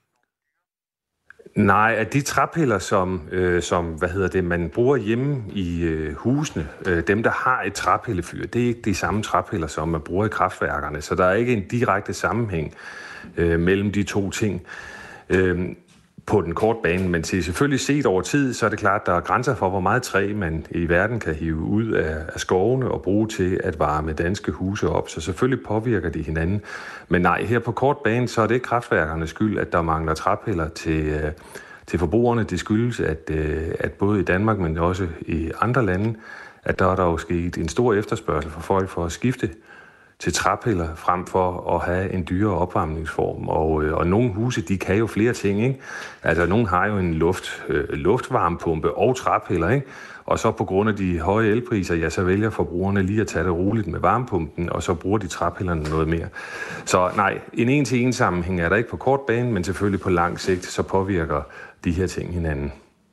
Nej, at de træpiller, som man bruger hjemme i husene, dem der har et træpillefyr, det er ikke de samme træpiller, som man bruger i kraftværkerne, så der er ikke en direkte sammenhæng mellem de to ting. på den korte bane, men selvfølgelig set over tid, så er det klart, at der er grænser for, hvor meget træ man i verden kan hive ud af skovene og bruge til at varme danske huse op. Så selvfølgelig påvirker de hinanden. Men nej, her på kort bane, så er det ikke kraftværkernes skyld, at der mangler træpiller til forbrugerne. Det skyldes, at både i Danmark, men også i andre lande, at der er jo sket en stor efterspørgsel for folk for at skifte til træpiller frem for at have en dyrere opvarmningsform. Og nogle huse, de kan jo flere ting, ikke? Altså, nogle har jo en luftvarmepumpe og træpiller, ikke? Og så på grund af de høje elpriser, ja, så vælger forbrugerne lige at tage det roligt med varmepumpen, og så bruger de træpillerne noget mere. Så nej, en en-til-en sammenhæng er der ikke på kort bane, men selvfølgelig på lang sigt, så påvirker de her ting hinanden.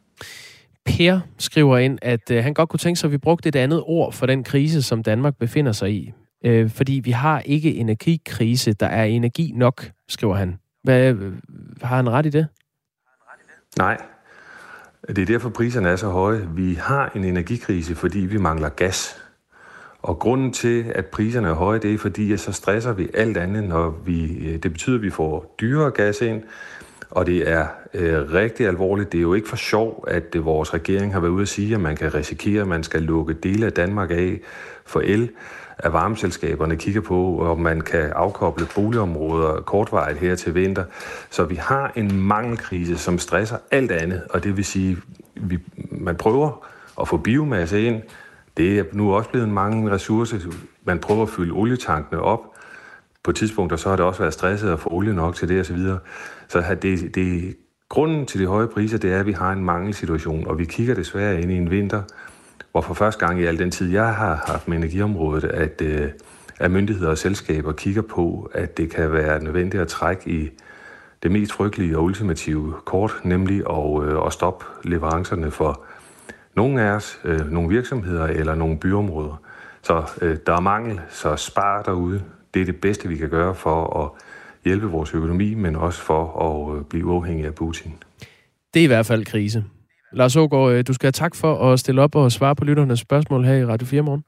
Per skriver ind, at han godt kunne tænke sig, at vi brugte et andet ord for den krise, som Danmark befinder sig i. Fordi vi har ikke energikrise, der er energi nok, skriver han. Har han ret i det? Nej. Det er derfor, priserne er så høje. Vi har en energikrise, fordi vi mangler gas. Og grunden til, at priserne er høje, det er fordi, at så stresser vi alt andet, det betyder, at vi får dyrere gas ind, og det er rigtig alvorligt. Det er jo ikke for sjov, at vores regering har været ude at sige, at man kan risikere, at man skal lukke dele af Danmark af for el, at varmeselskaberne kigger på, om man kan afkoble boligområder kortvarigt her til vinter. Så vi har en mangelkrise, som stresser alt andet, og det vil sige, man prøver at få biomasse ind. Det er nu også blevet en manglende ressource. Man prøver at fylde olietankene op. På tidspunkter så har det også været stresset at få olie nok til det osv. Så grunden til de høje priser, det er, at vi har en mangelsituation, og vi kigger desværre ind i en vinter, hvor for første gang i al den tid, jeg har haft med energiområdet, at myndigheder og selskaber kigger på, at det kan være nødvendigt at trække i det mest frygtelige og ultimative kort, nemlig at stoppe leverancerne for nogle af os, nogle virksomheder eller nogle byområder. Så der er mangel, så spar derude. Det er det bedste, vi kan gøre for at hjælpe vores økonomi, men også for at blive uafhængig af Putin. Det er i hvert fald krise. Lars Aagaard, du skal have tak for at stille op og svare på lytternes spørgsmål her i Radio 4 morgen.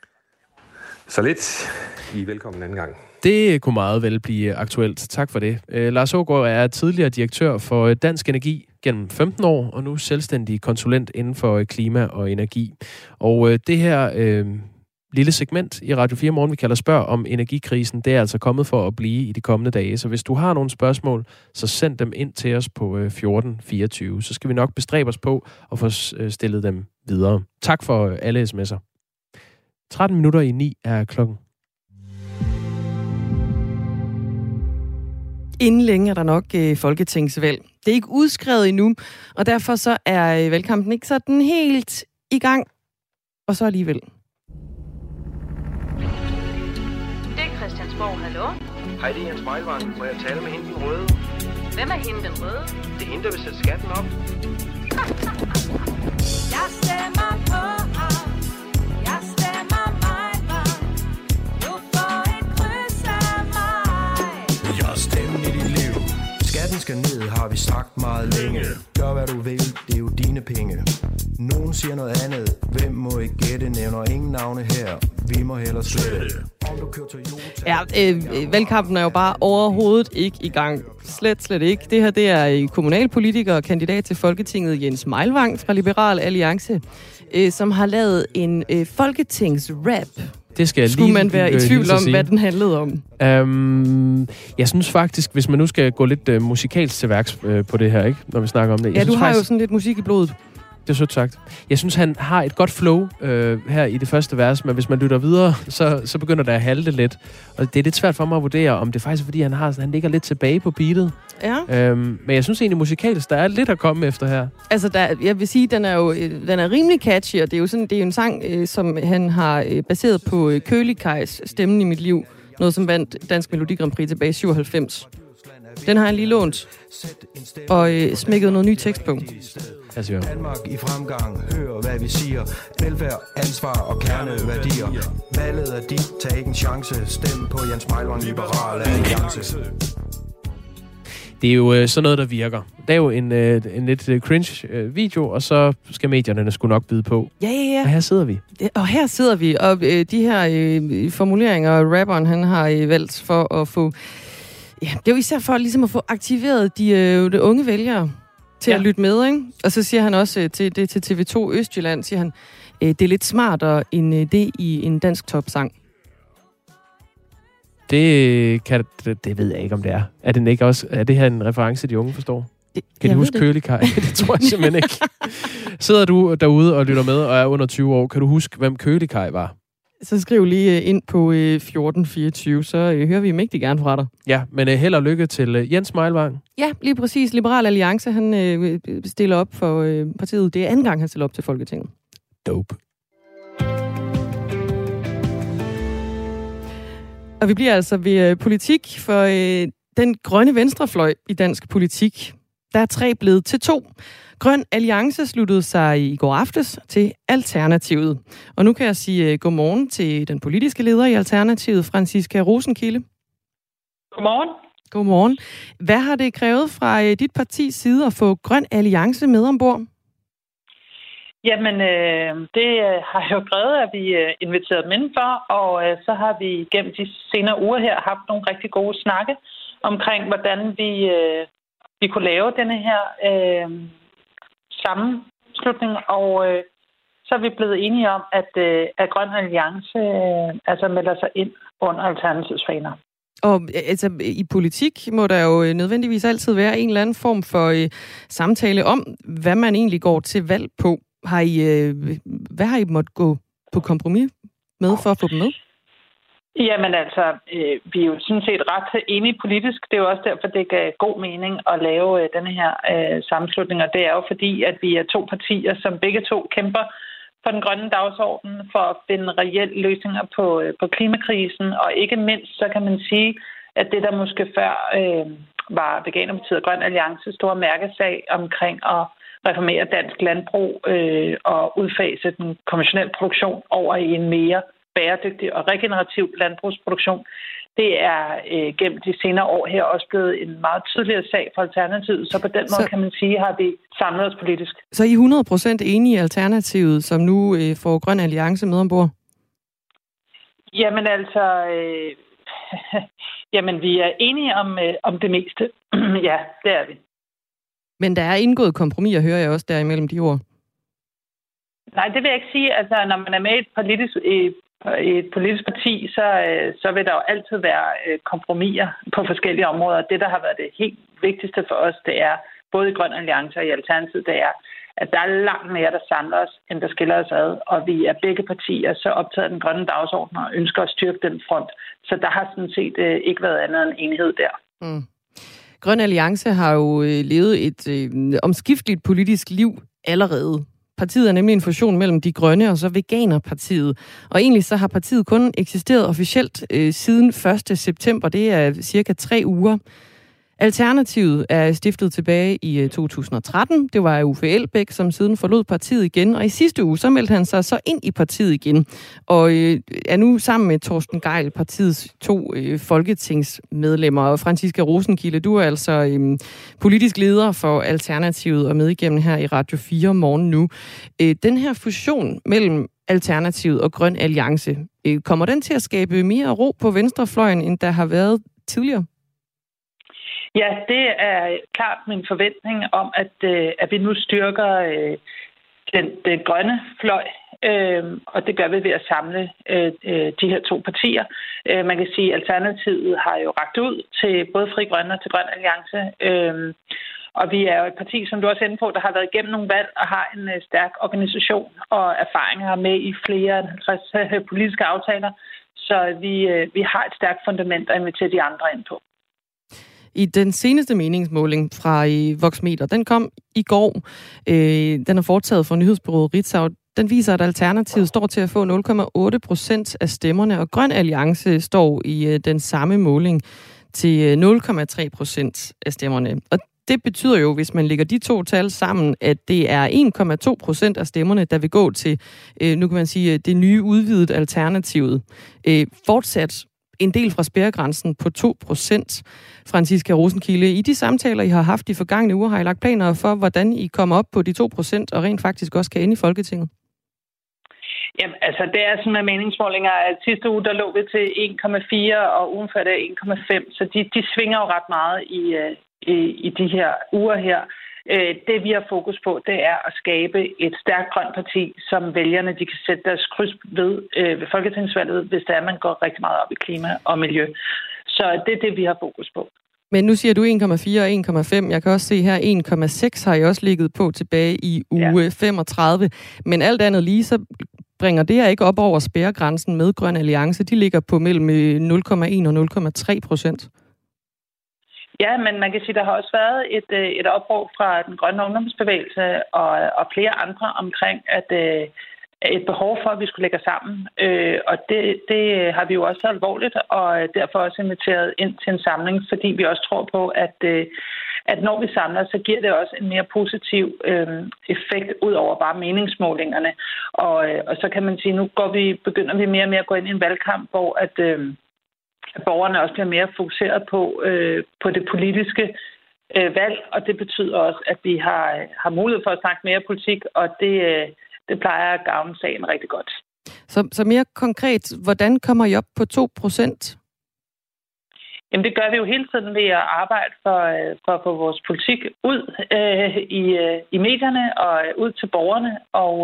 Så lidt. I er velkommen anden gang. Det kunne meget vel blive aktuelt. Tak for det. Lars Aagaard er tidligere direktør for Dansk Energi gennem 15 år, og nu selvstændig konsulent inden for klima og energi. Og det her lille segment i Radio 4 morgen, vi kalder Spørg om energikrisen, det er altså kommet for at blive i de kommende dage. Så hvis du har nogle spørgsmål, så send dem ind til os på 1424. Så skal vi nok bestræbe os på at få stillet dem videre. Tak for alle sms'er. 9:13 er klokken. Inden længe er der nok folketingsvalg. Det er ikke udskrevet endnu, og derfor så er valgkampen ikke sådan helt i gang. Og så alligevel. Hallo? Hej, det er Jens Meilvang. Må jeg tale med hende den røde? Hvem er hende den røde? Det er hende, der vil sætte skatten op. Jeg stemmer på ham. Jeg stemmer Meilvang. Du får et kryds af mig. Jeg stemmer i dit liv. Skatten skal ned, har vi sagt meget længe. Gør hvad du vil, det er jo dine penge. Nogen siger noget andet. Hvem må ikke gætte? Nævner ingen navne her. Vi må hellere slette. Ja, valgkampen er jo bare overhovedet ikke i gang. Slet ikke. Det her, det er kommunalpolitiker og kandidat til Folketinget Jens Meilvang fra Liberal Alliance, som har lavet en folketingsrap. Det skal skulle man være i tvivl om, hvad den handlede om? Jeg synes faktisk, hvis man nu skal gå lidt musikalsk til værks på det her, ikke, når vi snakker om det. Ja, du har jo sådan lidt musik i blodet. Det er sødt sagt. Jeg synes, han har et godt flow her i det første vers, men hvis man lytter videre, så begynder det at halte lidt. Og det er lidt svært for mig at vurdere, om det er faktisk fordi, han ligger lidt tilbage på beatet. Ja. Men jeg synes egentlig musikalsk, der er lidt at komme efter her. Altså, jeg vil sige, den er rimelig catchy, og det er jo en sang, som han har baseret på Kølig Kajs Stemmen i mit liv. Noget, som vandt Dansk Melodi Grand Prix tilbage i 97. Den har han lige lånt og smækket noget ny tekst på. Danmark i fremgang, hør hvad vi siger. Velfærd, ansvar og kerneværdier. Valget er dit, tag ikke en chance. Stem på Jens Meilvang, Liberal Alliance. Det er jo sådan noget, der virker. Det er jo en lidt cringe video, og så skal medierne sgu nok byde på. Ja. Og her sidder vi. Og her sidder vi, og de her formuleringer, rapperen han har valgt for at få... Ja, det er jo især for ligesom at få aktiveret de unge vælgere. til at lytte med, ikke? Og så siger han også til TV2 Østjylland, siger han, det er lidt smartere end det i en dansk topsang. Det ved jeg ikke, om det er. Er det her en reference, de unge forstår? Kan de huske Kølig Kaj? Det tror jeg simpelthen ikke. Sidder du derude og lytter med og er under 20 år, kan du huske, hvem Kølig Kaj var? Så skriv lige ind på 1424, så hører vi mægtig gerne fra dig. Ja, men held og lykke til Jens Meilvang. Ja, lige præcis. Liberal Alliance, han stiller op for partiet. Det er anden gang, han stiller op til Folketinget. Dope. Og vi bliver altså ved politik, for den grønne venstrefløj i dansk politik, der er 3 blevet til 2. Grøn Alliance sluttede sig i går aftes til Alternativet. Og nu kan jeg sige godmorgen til den politiske leder i Alternativet, Franciska Rosenkilde. Godmorgen. Godmorgen. Hvad har det krævet fra dit partis side at få Grøn Alliance med ombord? Jamen, det har jo krævet, at vi inviterede dem indenfor, og så har vi gennem de senere uger her haft nogle rigtig gode snakke omkring, hvordan vi kunne lave denne her sammenslutning, og så er vi blevet enige om, at Grøn Alliance altså melder sig ind under Alternativets faner. Og altså, i politik må der jo nødvendigvis altid være en eller anden form for samtale om, hvad man egentlig går til valg på. Hvad har I måttet gå på kompromis med for at få dem med? Jamen altså, vi er jo sådan set ret enige politisk. Det er jo også derfor, det gav god mening at lave denne her sammenslutning. Og det er jo fordi, at vi er 2 partier, som begge to kæmper for den grønne dagsorden, for at finde reelle løsninger på klimakrisen. Og ikke mindst, så kan man sige, at det der måske før var Veganerpartiet og Grøn Alliance store mærkesag omkring at reformere dansk landbrug og udfase den konventionelle produktion over i en mere bæredygtig og regenerativ landbrugsproduktion. Det er gennem de senere år her også blevet en meget tydeligere sag for Alternativet, så på den måde kan man sige, har vi samlet os politisk. Så er I 100% enige i Alternativet, som nu får Grøn Alliance med ombord? Jamen altså, jamen vi er enige om det meste. Ja, det er vi. Men der er indgået kompromis, hører jeg også der imellem de ord. Nej, det vil jeg ikke sige. Altså, når man er med i et politisk parti, så vil der jo altid være kompromiser på forskellige områder. Det, der har været det helt vigtigste for os, det er, både i Grøn Alliance og i Alternativet, det er, at der er langt mere, der samler os, end der skiller os ad. Og vi er begge partier så optaget af den grønne dagsorden og ønsker at styrke den front. Så der har sådan set ikke været andet end enighed der. Mm. Grøn Alliance har jo levet et omskifteligt politisk liv allerede. Partiet er nemlig en fusion mellem De Grønne og så Veganerpartiet. Og egentlig så har partiet kun eksisteret officielt siden 1. september. Det er cirka 3 uger. Alternativet er stiftet tilbage i 2013. Det var Uffe Elbæk, som siden forlod partiet igen. Og i sidste uge, så meldte han sig så ind i partiet igen. Og er nu sammen med Torsten Gejl, partiets 2 folketingsmedlemmer. Og Franciska Rosenkilde, du er altså politisk leder for Alternativet og med igennem her i Radio 4 morgen nu. Den her fusion mellem Alternativet og Grøn Alliance, kommer den til at skabe mere ro på venstrefløjen, end der har været tidligere? Ja, det er klart min forventning om, at vi nu styrker den grønne fløj, og det gør vi ved at samle de her 2 partier. Man kan sige, at Alternativet har jo rakt ud til både Fri Grønne og til Grøn Alliance, og vi er jo et parti, som du også er inde på, der har været igennem nogle valg og har en stærk organisation og erfaringer med i flere end 50 politiske aftaler, så vi har et stærkt fundament at invitere de andre ind på. I den seneste meningsmåling fra Voxmeter, den kom i går. Den er foretaget fra nyhedsbureauet Ritzau. Den viser, at Alternativet står til at få 0,8% af stemmerne, og Grøn Alliance står i den samme måling til 0,3% af stemmerne. Og det betyder jo, hvis man lægger de 2 tal sammen, at det er 1,2% af stemmerne, der vil gå til, nu kan man sige, det nye udvidede Alternativet. Fortsat en del fra spærregrænsen på 2%. Franciska Rosenkilde, i de samtaler, I har haft de forgangne uger, har I lagt planer for, hvordan I kommer op på de 2% og rent faktisk også kan ende i Folketinget? Jamen, altså, det er sådan med meningsmålinger, at sidste uge, der lå vi til 1,4, og ugen før det 1,5, så de svinger jo ret meget i de her uger her. Det vi har fokus på, det er at skabe et stærkt grønt parti, som vælgerne de kan sætte deres kryds ved folketingsvalget, hvis det er, man går rigtig meget op i klima og miljø. Så det er det, vi har fokus på. Men nu siger du 1,4 og 1,5. Jeg kan også se her, 1,6 har jeg også ligget på tilbage i uge 35. Men alt andet lige, så bringer det her ikke op over spærregrænsen med Grøn Alliance. De ligger på mellem 0,1 og 0,3%. Ja, men man kan sige, der har også været et opråb fra den grønne ungdomsbevægelse og flere andre omkring, at et behov for, at vi skulle lægge os sammen. Og det har vi jo også taget alvorligt, og derfor også inviteret ind til en samling, fordi vi også tror på, at når vi samler, så giver det også en mere positiv effekt ud over bare meningsmålingerne. Og så kan man sige, nu begynder vi mere og mere at gå ind i en valgkamp, hvor at borgerne også bliver mere fokuseret på det politiske valg, og det betyder også, at vi har mulighed for at snakke mere politik, og det plejer at gavne sagen rigtig godt. Så mere konkret, hvordan kommer I op på 2%? Jamen det gør vi jo hele tiden ved at arbejde for at få vores politik ud i medierne og ud til borgerne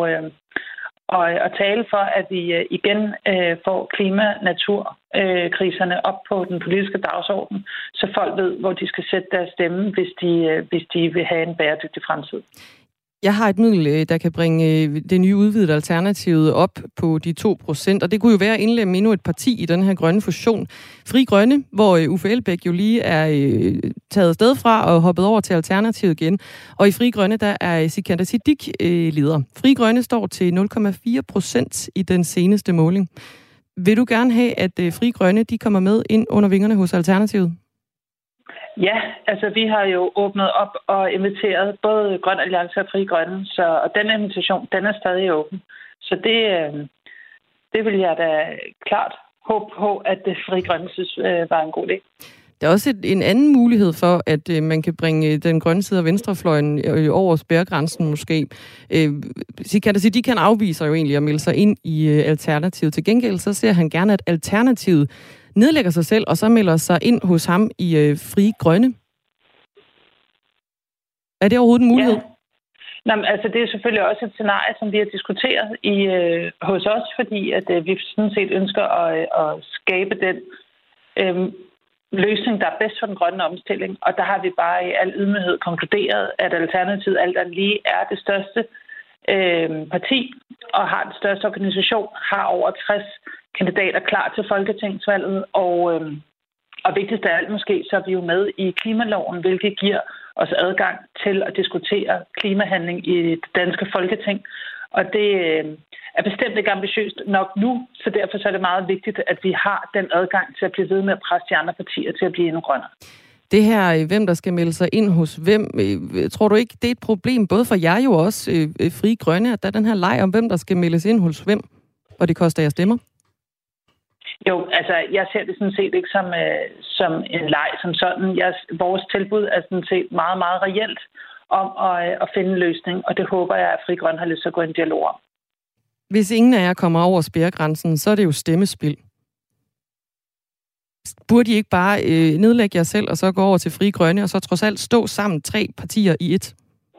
og tale for, at vi igen får klima-naturkriserne op på den politiske dagsorden, så folk ved, hvor de skal sætte deres stemme, hvis de vil have en bæredygtig fremtid. Jeg har et middel, der kan bringe det nye udvidede alternativet op på de 2%, og det kunne jo være at indlemme endnu et parti i den her grønne fusion. Fri Grønne, hvor Uffe Elbæk jo lige er taget sted fra og hoppet over til Alternativet igen. Og i Fri Grønne, der er Sikandar Siddique leder. Fri Grønne står til 0,4% i den seneste måling. Vil du gerne have, at Fri Grønne de kommer med ind under vingerne hos Alternativet? Ja, altså vi har jo åbnet op og inviteret både Grøn Alliance og Fri Grønne, og den invitation, den er stadig åben. Så det vil jeg da klart håbe på, at Fri Grønne synes var en god idé. Der er også en anden mulighed for, at man kan bringe den grønne side af venstrefløjen over spærregrænsen måske. Sikandar Siddique kan afviser jo egentlig at melde sig ind i Alternativet. Til gengæld så ser han gerne, at Alternativet nedlægger sig selv, og så melder sig ind hos ham i Fri Grønne. Er det overhovedet en mulighed? Ja. Nå, altså det er selvfølgelig også et scenarie, som vi har diskuteret hos os, fordi at vi sådan set ønsker at skabe den løsning, der er bedst for den grønne omstilling. Og der har vi bare i al ydmyghed konkluderet, at Alternativet alt andet lige er det største parti og har den største organisation, har over 60 kandidater klar til folketingsvalget, og vigtigst af alt måske, så er vi jo med i klimaloven, hvilket giver os adgang til at diskutere klimahandling i det danske folketing. Og det er bestemt ikke ambitiøst nok nu, så derfor så er det meget vigtigt, at vi har den adgang til at blive ved med at presse de andre partier til at blive endnu grønnere. Det her, hvem der skal melde sig ind hos hvem, tror du ikke, det er et problem, både for jer jo også, Fri Grønne, at der er den her leg om, hvem der skal meldes ind hos hvem, og det koster jer stemmer? Jo, altså jeg ser det sådan set ikke som en leg som sådan. Vores tilbud er sådan set meget, meget reelt om at finde en løsning, og det håber jeg, at Fri Grønne har lyst til at gå i en dialog om. Hvis ingen af jer kommer over spærregrænsen, så er det jo stemmespild. Burde I ikke bare nedlægge jer selv, og så gå over til Fri Grønne, og så trods alt stå sammen 3 partier i et?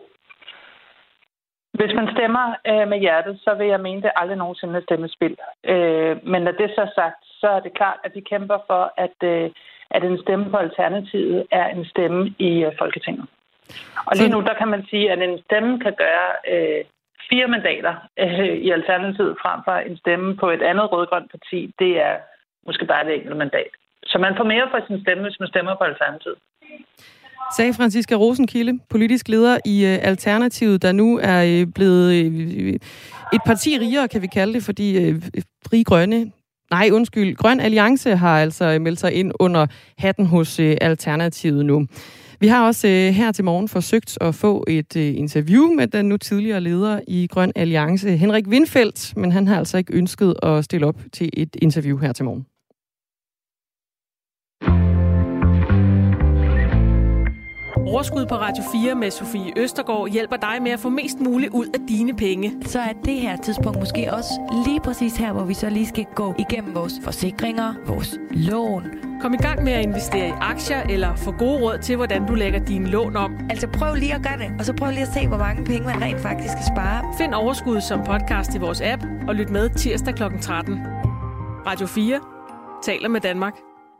Hvis man stemmer med hjertet, så vil jeg mene, det aldrig nogensinde er stemmespil. Men når det så er sagt, så er det klart, at vi kæmper for, at en stemme på Alternativet er en stemme i Folketinget. Og lige nu, der kan man sige, at en stemme kan gøre 4 mandater i Alternativet frem for en stemme på et andet rød-grønt parti. Det er måske bare et enkelt mandat. Så man får mere for sin stemme, hvis man stemmer på Alternativet. Sagde Franciska Rosenkilde, politisk leder i Alternativet, der nu er blevet et parti rigere, kan vi kalde det, fordi Grøn Alliance har altså meldt sig ind under hatten hos Alternativet nu. Vi har også her til morgen forsøgt at få et interview med den nu tidligere leder i Grøn Alliance, Henrik Windfeldt, men han har altså ikke ønsket at stille op til et interview her til morgen. Overskud på Radio 4 med Sofie Østergaard hjælper dig med at få mest muligt ud af dine penge. Så er det her tidspunkt måske også lige præcis her, hvor vi så lige skal gå igennem vores forsikringer, vores lån Kom i gang med at investere i aktier eller få gode råd til, hvordan du lægger dine lån om. Altså prøv lige at gøre det, og så prøv lige at se, hvor mange penge man rent faktisk skal spare. Find Overskud som podcast i vores app, og lyt med tirsdag kl. 13. Radio 4 taler med Danmark.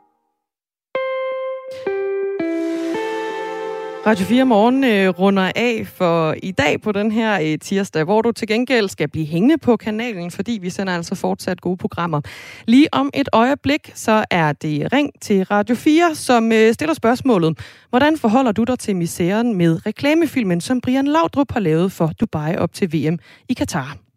Radio 4 Morgen runder af for i dag på den her tirsdag, hvor du til gengæld skal blive hængende på kanalen, fordi vi sender altså fortsat gode programmer. Lige om et øjeblik, så er det Ring til Radio 4, som stiller spørgsmålet: hvordan forholder du dig til misæren med reklamefilmen, som Brian Laudrup har lavet for Dubai op til VM i Katar?